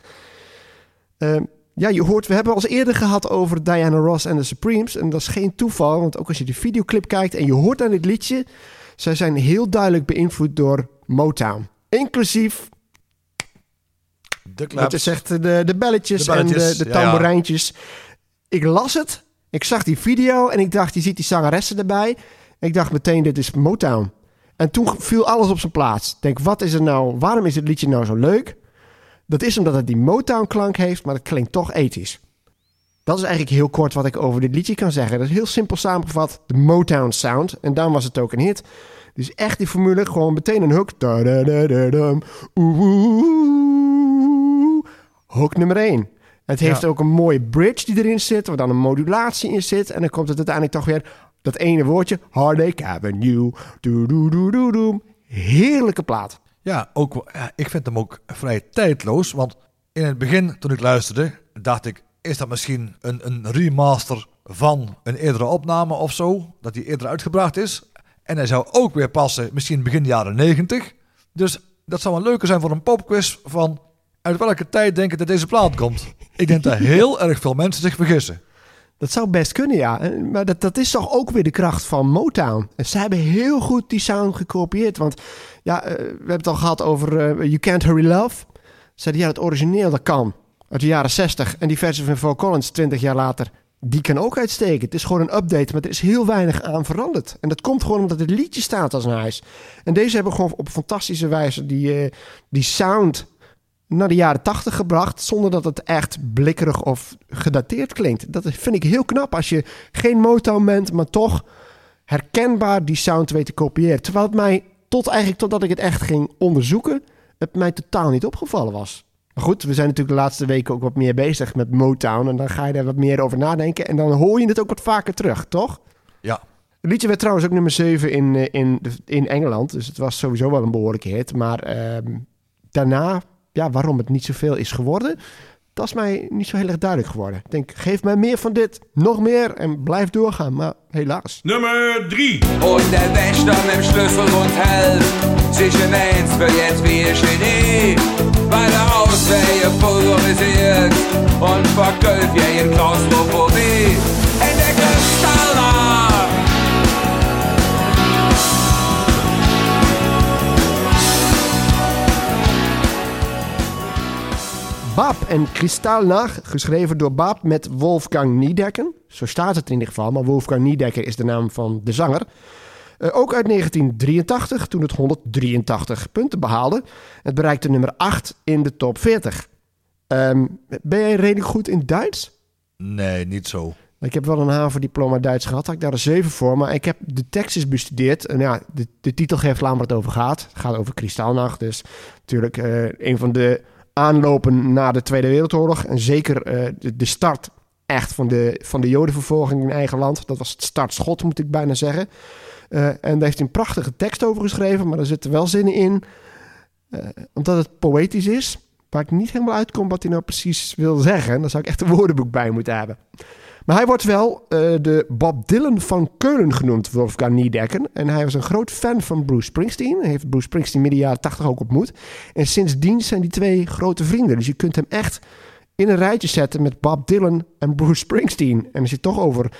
Je hoort, we hebben al eens eerder gehad over Diana Ross en de Supremes. En dat is geen toeval, want ook als je de videoclip kijkt en je hoort aan dit liedje, zij zijn heel duidelijk beïnvloed door Motown. Inclusief de claps. Wat is echt de belletjes en de tamboerijntjes. Ja. Ik las het, ik zag die video en ik dacht, je ziet die zangeressen erbij. En ik dacht meteen, dit is Motown. En toen viel alles op zijn plaats. Ik denk, wat is er nou, waarom is dit liedje nou zo leuk? Dat is omdat het die Motown-klank heeft, maar het klinkt toch ethisch. Dat is eigenlijk heel kort wat ik over dit liedje kan zeggen. Dat is heel simpel samengevat, de Motown-sound. En daarom was het ook een hit. Dus echt die formule, gewoon meteen een hook. Hook nummer 1. Het heeft ook een mooie bridge die erin zit, waar dan een modulatie in zit. En dan komt het uiteindelijk toch weer dat ene woordje, Heartache Avenue. Doe. Heerlijke plaat. Ja, ik vind hem ook vrij tijdloos. Want in het begin, toen ik luisterde, dacht ik, is dat misschien een remaster van een eerdere opname of zo? Dat die eerder uitgebracht is. En hij zou ook weer passen, misschien begin jaren 90. Dus dat zou wel leuker zijn voor een popquiz van uit welke tijd denk ik dat deze plaat komt. Ik denk dat heel erg veel mensen zich vergissen. Dat zou best kunnen, ja. Maar dat is toch ook weer de kracht van Motown. En ze hebben heel goed die sound gekopieerd. Want ja, we hebben het al gehad over You Can't Hurry Love. Zeiden, ja, het origineel, dat kan. Uit de jaren 60. En die versie van Phil Collins 20 jaar later, die kan ook uitsteken. Het is gewoon een update, maar er is heel weinig aan veranderd. En dat komt gewoon omdat het liedje staat als een huis. En deze hebben gewoon op fantastische wijze die sound naar de jaren 80 gebracht, zonder dat het echt blikkerig of gedateerd klinkt. Dat vind ik heel knap als je geen Motown bent, maar toch herkenbaar die sound weet te kopiëren. Terwijl het mij, totdat ik het echt ging onderzoeken, het mij totaal niet opgevallen was. Maar goed, we zijn natuurlijk de laatste weken ook wat meer bezig met Motown en dan ga je daar wat meer over nadenken en dan hoor je het ook wat vaker terug, toch? Ja. Het liedje werd trouwens ook nummer 7 in Engeland, dus het was sowieso wel een behoorlijke hit. Maar daarna, ja, waarom het niet zoveel is geworden, dat is mij niet zo heel erg duidelijk geworden. Ik denk, geef mij meer van dit, nog meer en blijf doorgaan, maar helaas. Nummer 3. Und der Wächter mit dem Schlüssel und helft sich im Eins für jetzt wie ein Genie. Weil der Auswege pulverisiert und vergüllt wie in Klaustrophobie. In der Kristallnacht. Bab en Kristallnacht, geschreven door Bab met Wolfgang Niedecken. Zo staat het in ieder geval, maar Wolfgang Niedecken is de naam van de zanger. Ook uit 1983, toen het 183 punten behaalde. Het bereikte nummer 8 in de top 40. Ben jij redelijk goed in Duits? Nee, niet zo. Ik heb wel een HAVO-diploma Duits gehad, had ik daar een 7 voor. Maar ik heb de tekst eens bestudeerd. En ja, de titel geeft aan waar het over gaat. Het gaat over Kristallnacht, dus natuurlijk een van de aanlopen na de Tweede Wereldoorlog. En zeker de start echt van de Jodenvervolging in eigen land. Dat was het startschot, moet ik bijna zeggen. En daar heeft hij een prachtige tekst over geschreven, maar er zitten wel zinnen in. Omdat het poëtisch is, waar ik niet helemaal uitkom wat hij nou precies wil zeggen. Dan zou ik echt een woordenboek bij moeten hebben. Maar hij wordt wel de Bob Dylan van Keulen genoemd, Wolfgang Niedecken. En hij was een groot fan van Bruce Springsteen. Hij heeft Bruce Springsteen midden jaren 80 ook ontmoet. En sindsdien zijn die twee grote vrienden. Dus je kunt hem echt in een rijtje zetten met Bob Dylan en Bruce Springsteen. En als je het toch over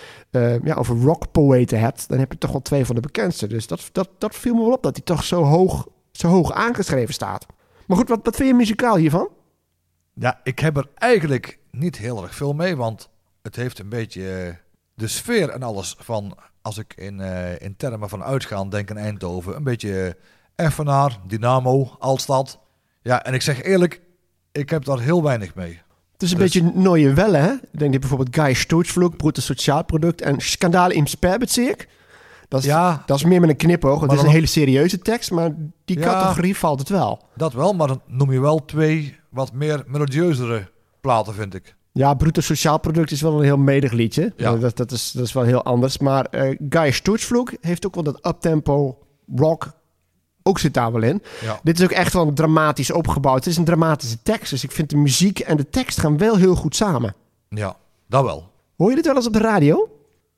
rockpoëten hebt, dan heb je toch wel twee van de bekendste. Dus dat viel me wel op, dat hij toch zo hoog aangeschreven staat. Maar goed, wat vind je muzikaal hiervan? Ja, ik heb er eigenlijk niet heel erg veel mee, want het heeft een beetje de sfeer en alles van, als ik in termen van uitgaan denk aan Eindhoven, een beetje Effenaar, Dynamo, Altstad. Ja, en ik zeg eerlijk, ik heb daar heel weinig mee. Het is een beetje Neue Welle, hè? Ik denk bijvoorbeeld Guy Sturzflug, Brutes Sozialproduct en Skandal im Sperrbezirk. Dat is meer met een knipoog. Het is een hele serieuze tekst, maar die categorie valt het wel. Dat wel, maar dan noem je wel twee wat meer melodieuzere platen, vind ik. Ja, Brutes Sozialproduct is wel een heel medig liedje. Ja. Dat is wel heel anders. Maar Guy Sturzflug heeft ook wel dat uptempo rock. Ook zit daar wel in. Ja. Dit is ook echt wel dramatisch opgebouwd. Het is een dramatische tekst. Dus ik vind de muziek en de tekst gaan wel heel goed samen. Ja, dat wel. Hoor je dit wel eens op de radio?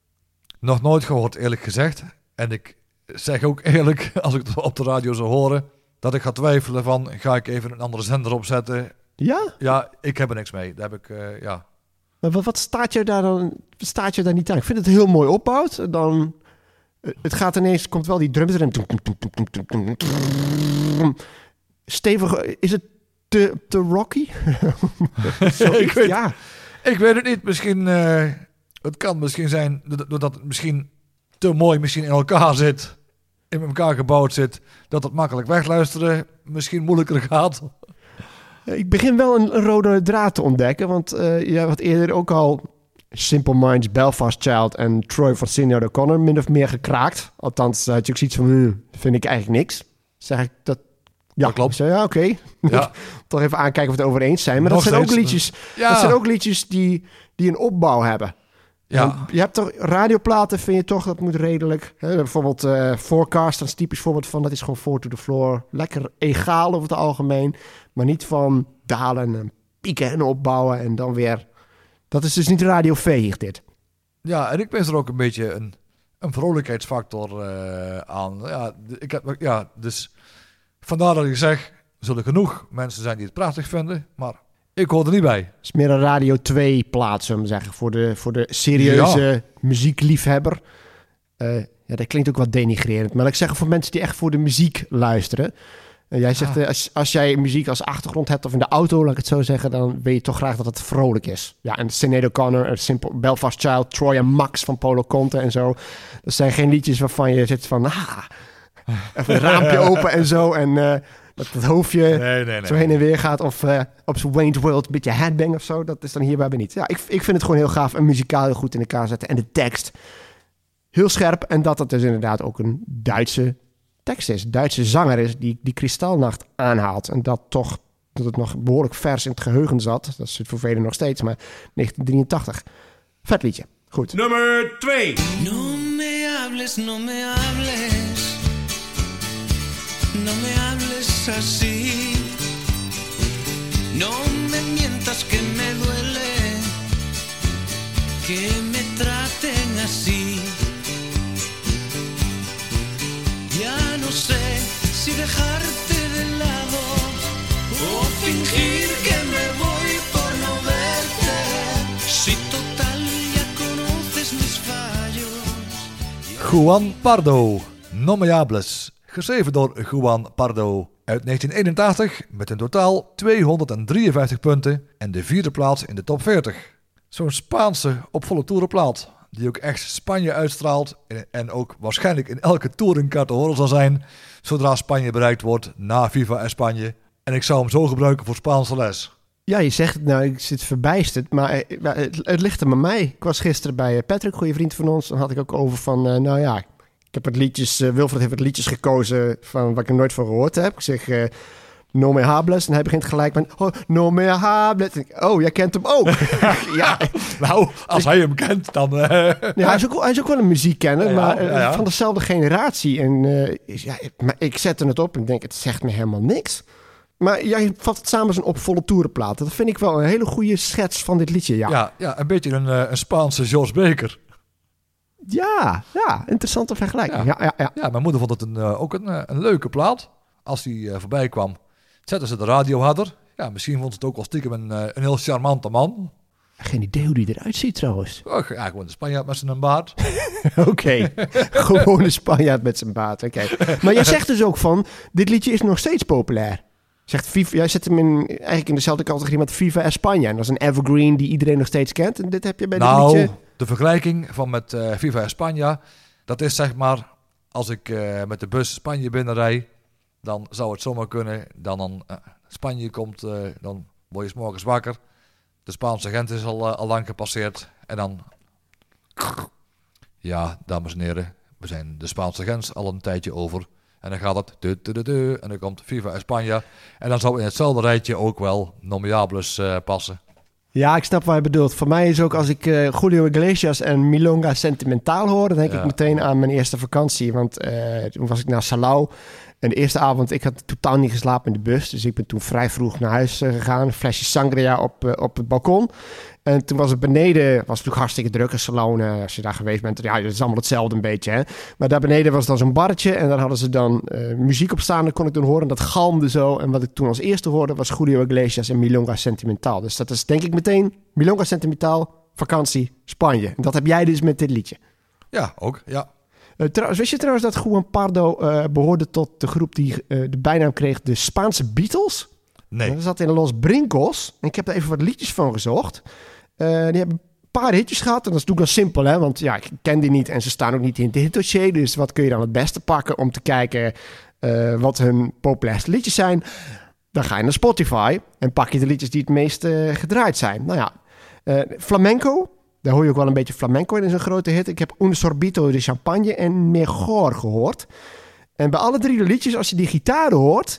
Nog nooit gehoord, eerlijk gezegd. En ik zeg ook eerlijk, als ik het op de radio zou horen, dat ik ga twijfelen van, ga ik even een andere zender opzetten? Ja? Ja, ik heb er niks mee. Daar heb ik, ja. Maar wat staat je daar dan? Staat je daar niet aan? Ik vind het heel mooi opbouwd. Dan, het gaat ineens, komt wel die drums erin. Stevig, is het te rocky? Ik weet het niet. Misschien, het kan misschien zijn doordat het misschien te mooi misschien in elkaar zit, in elkaar gebouwd zit, dat het makkelijk wegluisteren misschien moeilijker gaat. Ik begin wel een rode draad te ontdekken, want je had eerder ook al Simple Minds, Belfast Child en Troy van Sinead O'Connor min of meer gekraakt. Althans, had je ook zoiets van, vind ik eigenlijk niks. Zeg ik dat Ja, Dat klopt. Ja, oké. Ja. Toch even aankijken of we het over eens zijn. Maar Nog dat zijn ook steeds. liedjes. Ja. Dat zijn ook liedjes die een opbouw hebben. Ja. Je hebt toch radioplaten, vind je toch, dat moet redelijk. Hè? Bijvoorbeeld Forecast, dat is een typisch voorbeeld van, dat is gewoon 4 to the floor. Lekker egaal over het algemeen, maar niet van dalen en pieken en opbouwen en dan weer. Dat is dus niet Radio V, dit. Ja, en ik mis er ook een beetje een vrolijkheidsfactor aan. Dus vandaar dat ik zeg, er zullen genoeg mensen zijn die het prachtig vinden, maar ik hoor er niet bij. Het is meer een Radio 2 plaat, zullen we zeggen, voor de serieuze muziekliefhebber. Dat klinkt ook wat denigrerend, maar ik zeg voor mensen die echt voor de muziek luisteren. Jij zegt, als jij muziek als achtergrond hebt of in de auto, laat ik het zo zeggen, dan wil je toch graag dat het vrolijk is. Ja, en Sinead O'Connor, Belfast Child, Troy en Max van Polo Conte en zo. Dat zijn geen liedjes waarvan je zit van, even een raampje open en zo. En dat het hoofdje zo heen en weer gaat. Of op zo'n Wayne's World een beetje headbang of zo. Dat is dan hierbij niet. Ja, ik vind het gewoon heel gaaf en muzikaal heel goed in elkaar zetten. En de tekst heel scherp. En dat het dus inderdaad ook een Duitse tekst is. Duitse zanger is die Kristalnacht aanhaalt. En dat het nog behoorlijk vers in het geheugen zat. Dat zit voor velen nog steeds, maar 1983. Vet liedje. Goed. Nummer 2. No me hables, no me hables, no me hables así, no me mientas que me duele, que me traten así. Ya no sé si dejarte de lado o fingir que me voy por no verte, si total ya conoces mis fallos. Juan Pardo, No Me Hables. Geschreven door Juan Pardo. Uit 1981 met in totaal 253 punten en de 4e plaats in de top 40. Zo'n Spaanse op volle toerenplaat die ook echt Spanje uitstraalt en ook waarschijnlijk in elke touringkaart te horen zal zijn zodra Spanje bereikt wordt na Viva España. En ik zou hem zo gebruiken voor Spaanse les. Ja, je zegt het nou, ik zit verbijsterd, maar het ligt er met mij. Ik was gisteren bij Patrick, goede vriend van ons. Dan had ik ook over van, ik heb het liedjes, Wilfred heeft het liedjes gekozen van wat ik er nooit van gehoord heb. Ik zeg, No Me Hables. En hij begint gelijk met, No Me Hables. Oh, jij kent hem ook. Ja. Nou, als hij hem kent, dan... Ja, hij is ook wel een muziekkenner, Ja, maar ja. van dezelfde generatie. En maar ik zette het op en denk, het zegt me helemaal niks. Maar jij vat het samen als een op volle toerenplaat. Dat vind ik wel een hele goede schets van dit liedje, ja. Ja, een beetje een Spaanse Jos Baker. Ja, interessante vergelijking. Ja. Ja, mijn moeder vond het ook een leuke plaat. Als die voorbij kwam, zetten ze de radio harder. Ja, misschien vond ze het ook wel stiekem een heel charmante man. Geen idee hoe die eruit ziet trouwens. Oh, ja, gewoon een Spanjaard met zijn baard. Oké, gewoon een Spanjaard met zijn baard. Oké. Maar jij zegt dus ook van, dit liedje is nog steeds populair. Zegt Viva, jij zet hem eigenlijk in dezelfde categorie met Viva España. En dat is een evergreen die iedereen nog steeds kent. En dit heb je bij dit liedje... De vergelijking van met Viva España, dat is zeg maar, als ik met de bus Spanje binnenrij, dan zou het zomaar kunnen. Dan Spanje komt, dan word je 's morgens wakker. De Spaanse Gent is al lang gepasseerd. En dan... Ja, dames en heren, we zijn de Spaanse Gent al een tijdje over. En dan gaat het... En dan komt Viva España. En dan zou in hetzelfde rijtje ook wel No Me Hables passen. Ja, ik snap wat je bedoelt. Voor mij is ook als ik Julio Iglesias en Milonga Sentimental hoor, dan denk ik meteen aan mijn eerste vakantie. Want toen was ik naar Salau. En de eerste avond, ik had totaal niet geslapen in de bus. Dus ik ben toen vrij vroeg naar huis gegaan. Een flesje sangria op het balkon. En toen was het beneden, was natuurlijk hartstikke druk in Salau. Als je daar geweest bent, ja, dat is allemaal hetzelfde een beetje. Hè? Maar daar beneden was dan zo'n barretje. En daar hadden ze dan muziek op staan. Dat kon ik toen horen. En dat galmde zo. En wat ik toen als eerste hoorde was Julio Iglesias en Milonga Sentimental. Dus dat is denk ik meteen Milonga Sentimental, vakantie, Spanje. En dat heb jij dus met dit liedje. Ja, ook, ja. Wist je trouwens dat Juan Pardo behoorde tot de groep die de bijnaam kreeg de Spaanse Beatles? Nee. Dat zat in Los Brincos. En ik heb er even wat liedjes van gezocht. Die hebben een paar hitjes gehad. En dat is natuurlijk wel simpel, hè? Want ja, ik ken die niet en ze staan ook niet in het hitdossier. Dus wat kun je dan het beste pakken om te kijken wat hun populairste liedjes zijn? Dan ga je naar Spotify en pak je de liedjes die het meest gedraaid zijn. Nou ja, flamenco. Daar hoor je ook wel een beetje flamenco in zo'n grote hit. Ik heb Un Sorbito de Champagne en Mejor gehoord. En bij alle drie de liedjes, als je die gitaren hoort,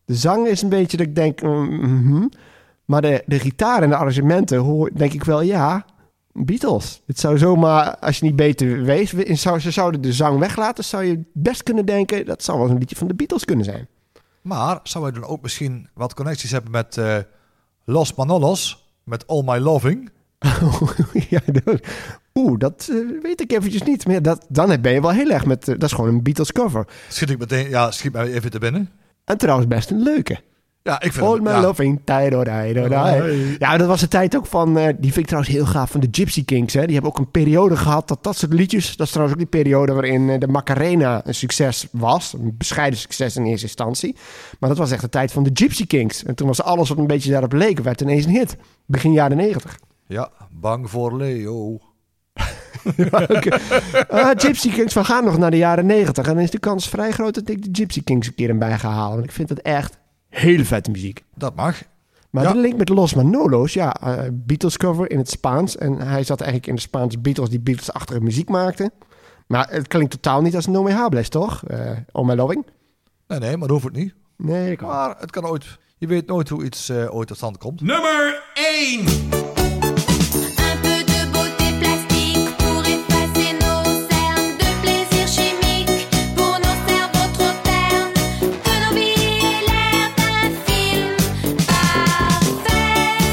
De zang is een beetje dat ik denk... Maar de gitaar en de arrangementen hoor denk ik wel, ja, Beatles. Het zou zomaar, als je niet beter weet... Ze zouden de zang weglaten, zou je best kunnen denken... dat zou wel een liedje van de Beatles kunnen zijn. Maar zou hij dan ook misschien wat connecties hebben met Los Manolos... met All My Loving? Ja, dat weet ik eventjes niet. Maar dan ben je wel heel erg met... dat is gewoon een Beatles cover. Schiet mij even te binnen. En trouwens best een leuke. Ja, ik vind All My Loving, Ja, dat was de tijd ook van... die vind ik trouwens heel gaaf van de Gypsy Kings. Hè. Die hebben ook een periode gehad dat soort liedjes... Dat is trouwens ook die periode waarin de Macarena een succes was. Een bescheiden succes in eerste instantie. Maar dat was echt de tijd van de Gypsy Kings. En toen was alles wat een beetje daarop leek... werd ineens een hit. Begin jaren 90. Ja, bang voor Leo. Ja, Gypsy Kings, we gaan nog naar de jaren 90. En dan is de kans vrij groot dat ik de Gypsy Kings een keer in bij ga halen. Want ik vind het echt hele vette muziek. Dat mag. Maar de link met Los Manolos, Beatles cover in het Spaans. En hij zat eigenlijk in de Spaanse Beatles die Beatles-achtige muziek maakten. Maar het klinkt totaal niet als No Me Hables, toch? All My Loving. Nee, maar dat hoeft het niet. Nee, maar het kan ooit. Je weet nooit hoe iets ooit tot stand komt. Nummer 1. Un peu de beauté plastique pour effacer nos cernes, de plaisir chimique pour nos cerveaux trop ternes, que nos vies aient l'air d'un film parfait.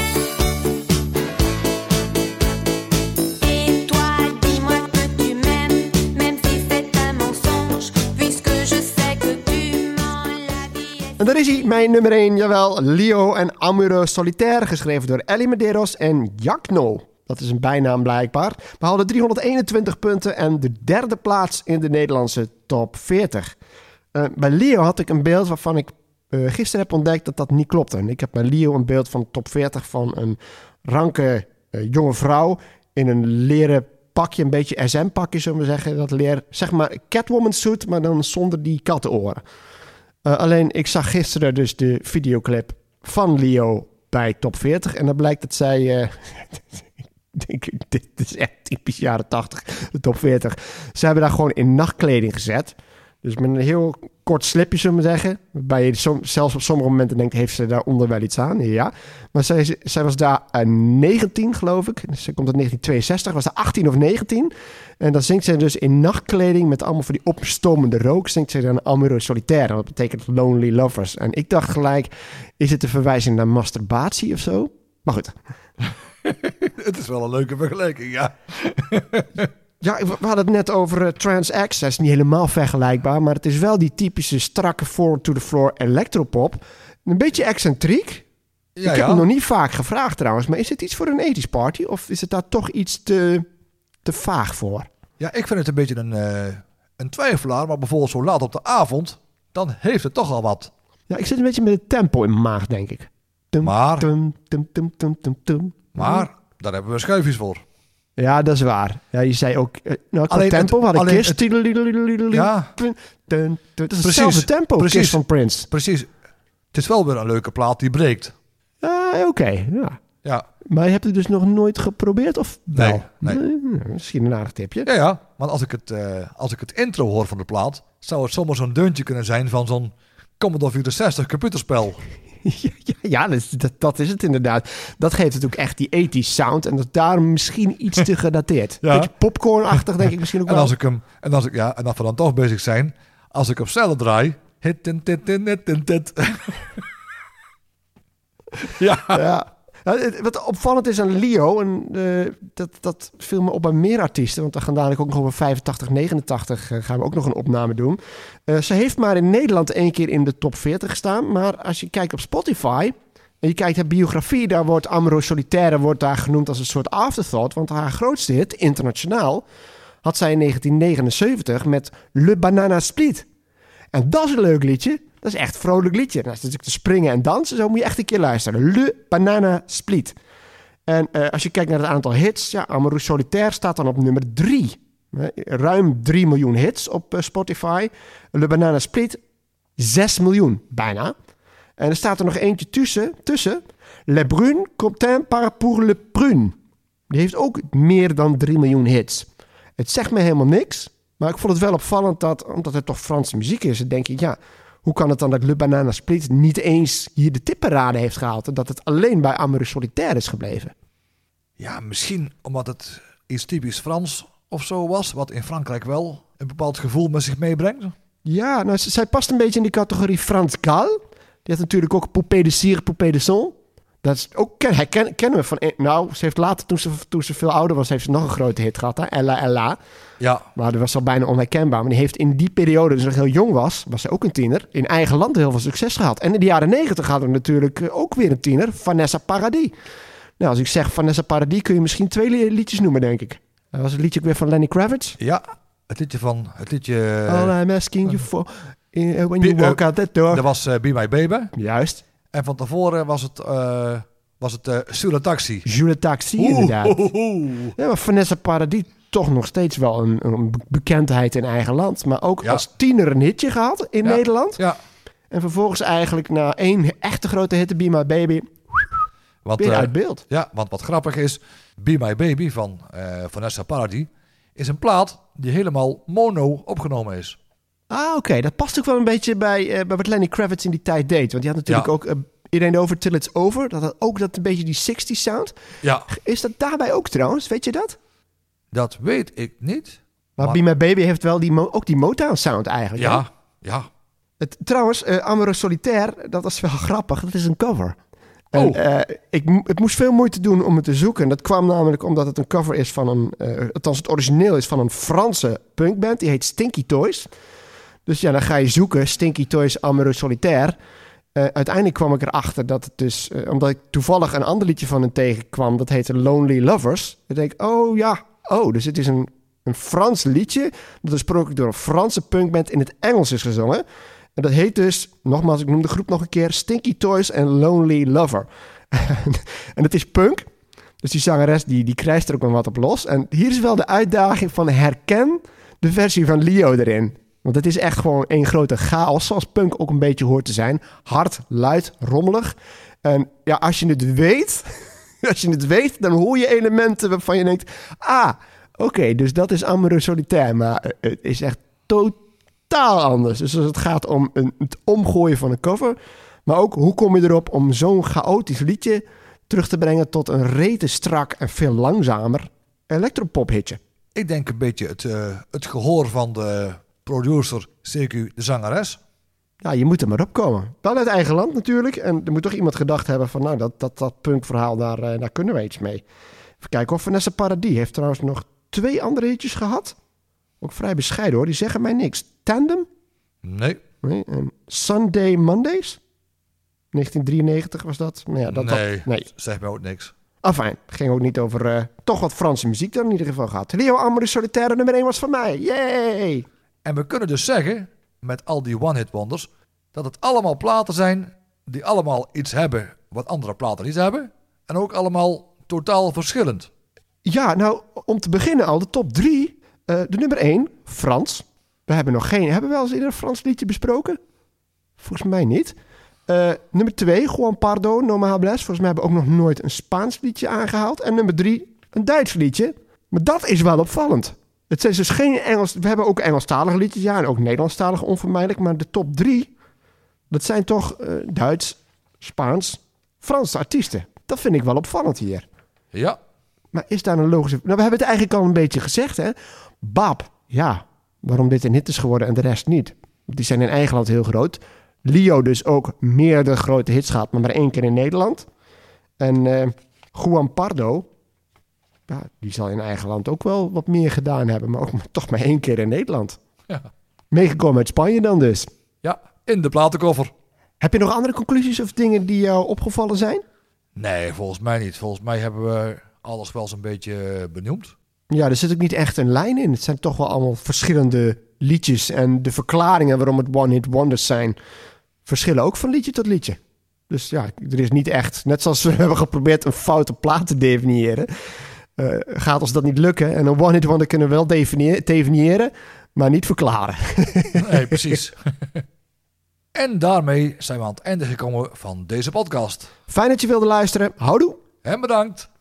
Et toi, dis-moi que tu m'aimes, même si c'est un mensonge, puisque je sais que tu mens, la vie est... En daar is hij, mijn nummer 1, jawel. Leo en Amuro Solitaire, geschreven door Ellie Medeiros en Jakno. Dat is een bijnaam blijkbaar. We hadden 321 punten en de derde plaats in de Nederlandse top 40. Bij Leo had ik een beeld waarvan ik gisteren heb ontdekt dat dat niet klopte. En ik heb bij Leo een beeld van top 40 van een ranke jonge vrouw in een leren pakje, een beetje SM-pakje zullen we zeggen. Dat leer, zeg maar Catwoman suit, maar dan zonder die kattenoren. Alleen ik zag gisteren dus de videoclip van Leo bij top 40 en dan blijkt dat zij... dit is echt typisch jaren 80, de top 40. Ze hebben daar gewoon in nachtkleding gezet. Dus met een heel kort slipje, zullen we zeggen. Waarbij je zelfs op sommige momenten denkt, heeft ze daaronder wel iets aan? Ja. Maar zij was daar 19, geloof ik. Dus ze komt uit 1962, was daar 18 of 19. En dan zingt ze dus in nachtkleding met allemaal van die opstomende rook. Zingt ze dan Amuro Solitaire. Dat betekent Lonely Lovers. En ik dacht gelijk, is het een verwijzing naar masturbatie of zo? Maar goed. Het is wel een leuke vergelijking, ja. Ja, we hadden het net over Trans X. Dat is niet helemaal vergelijkbaar, maar het is wel die typische strakke forward to the floor electropop. Een beetje excentriek. Ja, ik heb het nog niet vaak gevraagd trouwens, maar is het iets voor een 80s party of is het daar toch iets te vaag voor? Ja, ik vind het een beetje een twijfelaar, maar bijvoorbeeld zo laat op de avond, dan heeft het toch al wat. Ja, ik zit een beetje met het tempo in mijn maag, denk ik. Maar Maar daar hebben we schuifjes voor. Ja, dat is waar. Ja, je zei ook... qua Alleen tempo, we hadden Kiss. Ja. Het is hetzelfde tempo, precies. Kiss van Prince. Precies. Het is wel weer een leuke plaat die breekt. Oké, ja. Ja. Maar je hebt het dus nog nooit geprobeerd, of wel? Nee. Misschien een aardig tipje. Ja. Want als ik het intro hoor van de plaat, zou het zomaar zo'n deuntje kunnen zijn van zo'n Commodore 64 computerspel. Ja, dat is het inderdaad. Dat geeft het ook echt die 80s sound. En dat is daarom misschien iets te gedateerd. Ja. Beetje popcornachtig, denk ik misschien ook wel. En als we dan toch bezig zijn, als ik op snelle draai, hit. Ja. Wat opvallend is aan Leo, en dat viel me op bij meer artiesten, want dan gaan dadelijk ook nog over 85, 89 gaan we ook nog een opname doen. Ze heeft maar in Nederland 1 keer in de top 40 gestaan, maar als je kijkt op Spotify en je kijkt naar biografie, daar wordt Amuro Solitaire daar genoemd als een soort afterthought, want haar grootste hit, internationaal, had zij in 1979 met Le Banana Split. En dat is een leuk liedje. Dat is echt een vrolijk liedje. Dat is natuurlijk te springen en dansen. Zo moet je echt een keer luisteren. Le Banana Split. En als je kijkt naar het aantal hits... Ja, Amuro Solitaire staat dan op nummer 3. Ruim 3 miljoen hits op Spotify. Le Banana Split 6 miljoen, bijna. En er staat er nog eentje tussen. Le Brune Content par pour le Prune. Die heeft ook meer dan 3 miljoen hits. Het zegt me helemaal niks. Maar ik vond het wel opvallend dat, omdat het toch Franse muziek is... dan denk ik, ja... hoe kan het dan dat Le Banana Split niet eens hier de tipparade heeft gehaald en dat het alleen bij Amoureux Solitaire is gebleven? Ja, misschien omdat het iets typisch Frans of zo was, wat in Frankrijk wel een bepaald gevoel met zich meebrengt. Ja, nou, zij past een beetje in die categorie Frans Gal. Die had natuurlijk ook Poupée de Cire, Poupée de Son. Dat is ook, kennen we van... Nou, ze heeft later, toen ze veel ouder was, heeft ze nog een grote hit gehad. Hè? Ella Ella. Ja. Maar dat was al bijna onherkenbaar. Maar die heeft in die periode, dus nog heel jong was ze ook een tiener, in eigen land heel veel succes gehad. En in de jaren 90 hadden we natuurlijk ook weer een tiener, Vanessa Paradis. Nou, als ik zeg Vanessa Paradis, kun je misschien 2 liedjes noemen, denk ik. Dat was het liedje ook weer van Lenny Kravitz. Ja, het liedje... All I'm asking you for when you walk out that door. Dat was Be My Baby. Juist. En van tevoren was het Sur Taxi. Jules Taxi, inderdaad. Ja, maar Vanessa Paradis toch nog steeds wel een bekendheid in eigen land. Maar ook als tiener een hitje gehad in Nederland. Ja. En vervolgens eigenlijk na 1 echte grote hit, Be My Baby, weer uit beeld. Ja, want wat grappig is, Be My Baby van Vanessa Paradis is een plaat die helemaal mono opgenomen is. Ah, oké. Dat past ook wel een beetje bij wat Lenny Kravitz in die tijd deed. Want die had natuurlijk ook It Ain't Over Till It's Over. Dat had ook dat een beetje die 60s sound. Ja. Is dat daarbij ook trouwens? Weet je dat? Dat weet ik niet. Maar Be My Baby heeft wel ook die Motown sound eigenlijk. Ja, hè? ja. Trouwens, Amoureux Solitaire, dat was wel grappig. Dat is een cover. En, het moest veel moeite doen om het te zoeken. En dat kwam namelijk omdat het een cover is van althans het origineel is van een Franse punkband. Die heet Stinky Toys. Dus ja, dan ga je zoeken. Stinky Toys, Amoureux Solitaire. Uiteindelijk kwam ik erachter dat het dus... omdat ik toevallig een ander liedje van hen tegenkwam. Dat heette Lonely Lovers. Dan denk ik, dus het is een Frans liedje. Dat oorspronkelijk door een Franse punkband in het Engels is gezongen. En dat heet dus, nogmaals, ik noem de groep nog een keer... Stinky Toys en Lonely Lover. En het is punk. Dus die zangeres die krijgt er ook wel wat op los. En hier is wel de uitdaging van herken de versie van Leo erin. Want het is echt gewoon één grote chaos, zoals punk ook een beetje hoort te zijn. Hard, luid, rommelig. En ja, als je het weet, dan hoor je elementen waarvan je denkt... Oké, dus dat is Amoureux Solitaire. Maar het is echt totaal anders. Dus als het gaat om het omgooien van een cover... maar ook hoe kom je erop om zo'n chaotisch liedje terug te brengen... tot een rete strak en veel langzamer electropop-hitje. Ik denk een beetje het gehoor van de producer, CQ de zangeres. Ja, je moet er maar opkomen. Wel uit eigen land natuurlijk. En er moet toch iemand gedacht hebben van... nou, dat punkverhaal, daar kunnen we iets mee. Even kijken of Vanessa Paradis heeft trouwens nog 2 andere hitjes gehad. Ook vrij bescheiden hoor, die zeggen mij niks. Tandem? Nee. En Sunday Mondays? 1993 was dat? Nou ja, nee, zeg mij ook niks. Fijn, ging ook niet over toch wat Franse muziek dan in ieder geval gehad. Leo Amoureux Solitaire nummer 1 was van mij. Yay! En we kunnen dus zeggen, met al die one-hit wonders... dat het allemaal platen zijn die allemaal iets hebben wat andere platen niet hebben. En ook allemaal totaal verschillend. Ja, nou, om te beginnen al, de top 3. De nummer 1, Frans. Hebben we wel eens eerder een Frans liedje besproken? Volgens mij niet. Nummer 2, Juan Pardo, No Me Hables. Volgens mij hebben we ook nog nooit een Spaans liedje aangehaald. En nummer 3, een Duits liedje. Maar dat is wel opvallend. Het zijn dus geen Engels... We hebben ook Engelstalige liedjes, ja, en ook Nederlandstalige onvermijdelijk. Maar de top 3, dat zijn toch Duits, Spaans, Franse artiesten. Dat vind ik wel opvallend hier. Ja. Maar is daar een logische... Nou, we hebben het eigenlijk al een beetje gezegd, hè. Bab, ja, waarom dit een hit is geworden en de rest niet. Die zijn in eigen land heel groot. Leo dus ook meerdere grote hits gehad, maar 1 keer in Nederland. En Juan Pardo, ja, die zal in eigen land ook wel wat meer gedaan hebben, maar ook toch maar 1 keer in Nederland. Ja. Meegekomen uit Spanje dan dus. Ja, in de platenkoffer. Heb je nog andere conclusies of dingen die jou opgevallen zijn? Nee, volgens mij niet. Volgens mij hebben we alles wel zo'n beetje benoemd. Ja, er zit ook niet echt een lijn in. Het zijn toch wel allemaal verschillende liedjes. En de verklaringen waarom het one-hit wonders zijn... verschillen ook van liedje tot liedje. Dus ja, er is niet echt... Net zoals we hebben geprobeerd een foute plaat te definiëren... gaat ons dat niet lukken. En een one-hit wonder kunnen we wel definiëren... maar niet verklaren. Nee, precies. En daarmee zijn we aan het einde gekomen van deze podcast. Fijn dat je wilde luisteren. Houdoe. En bedankt.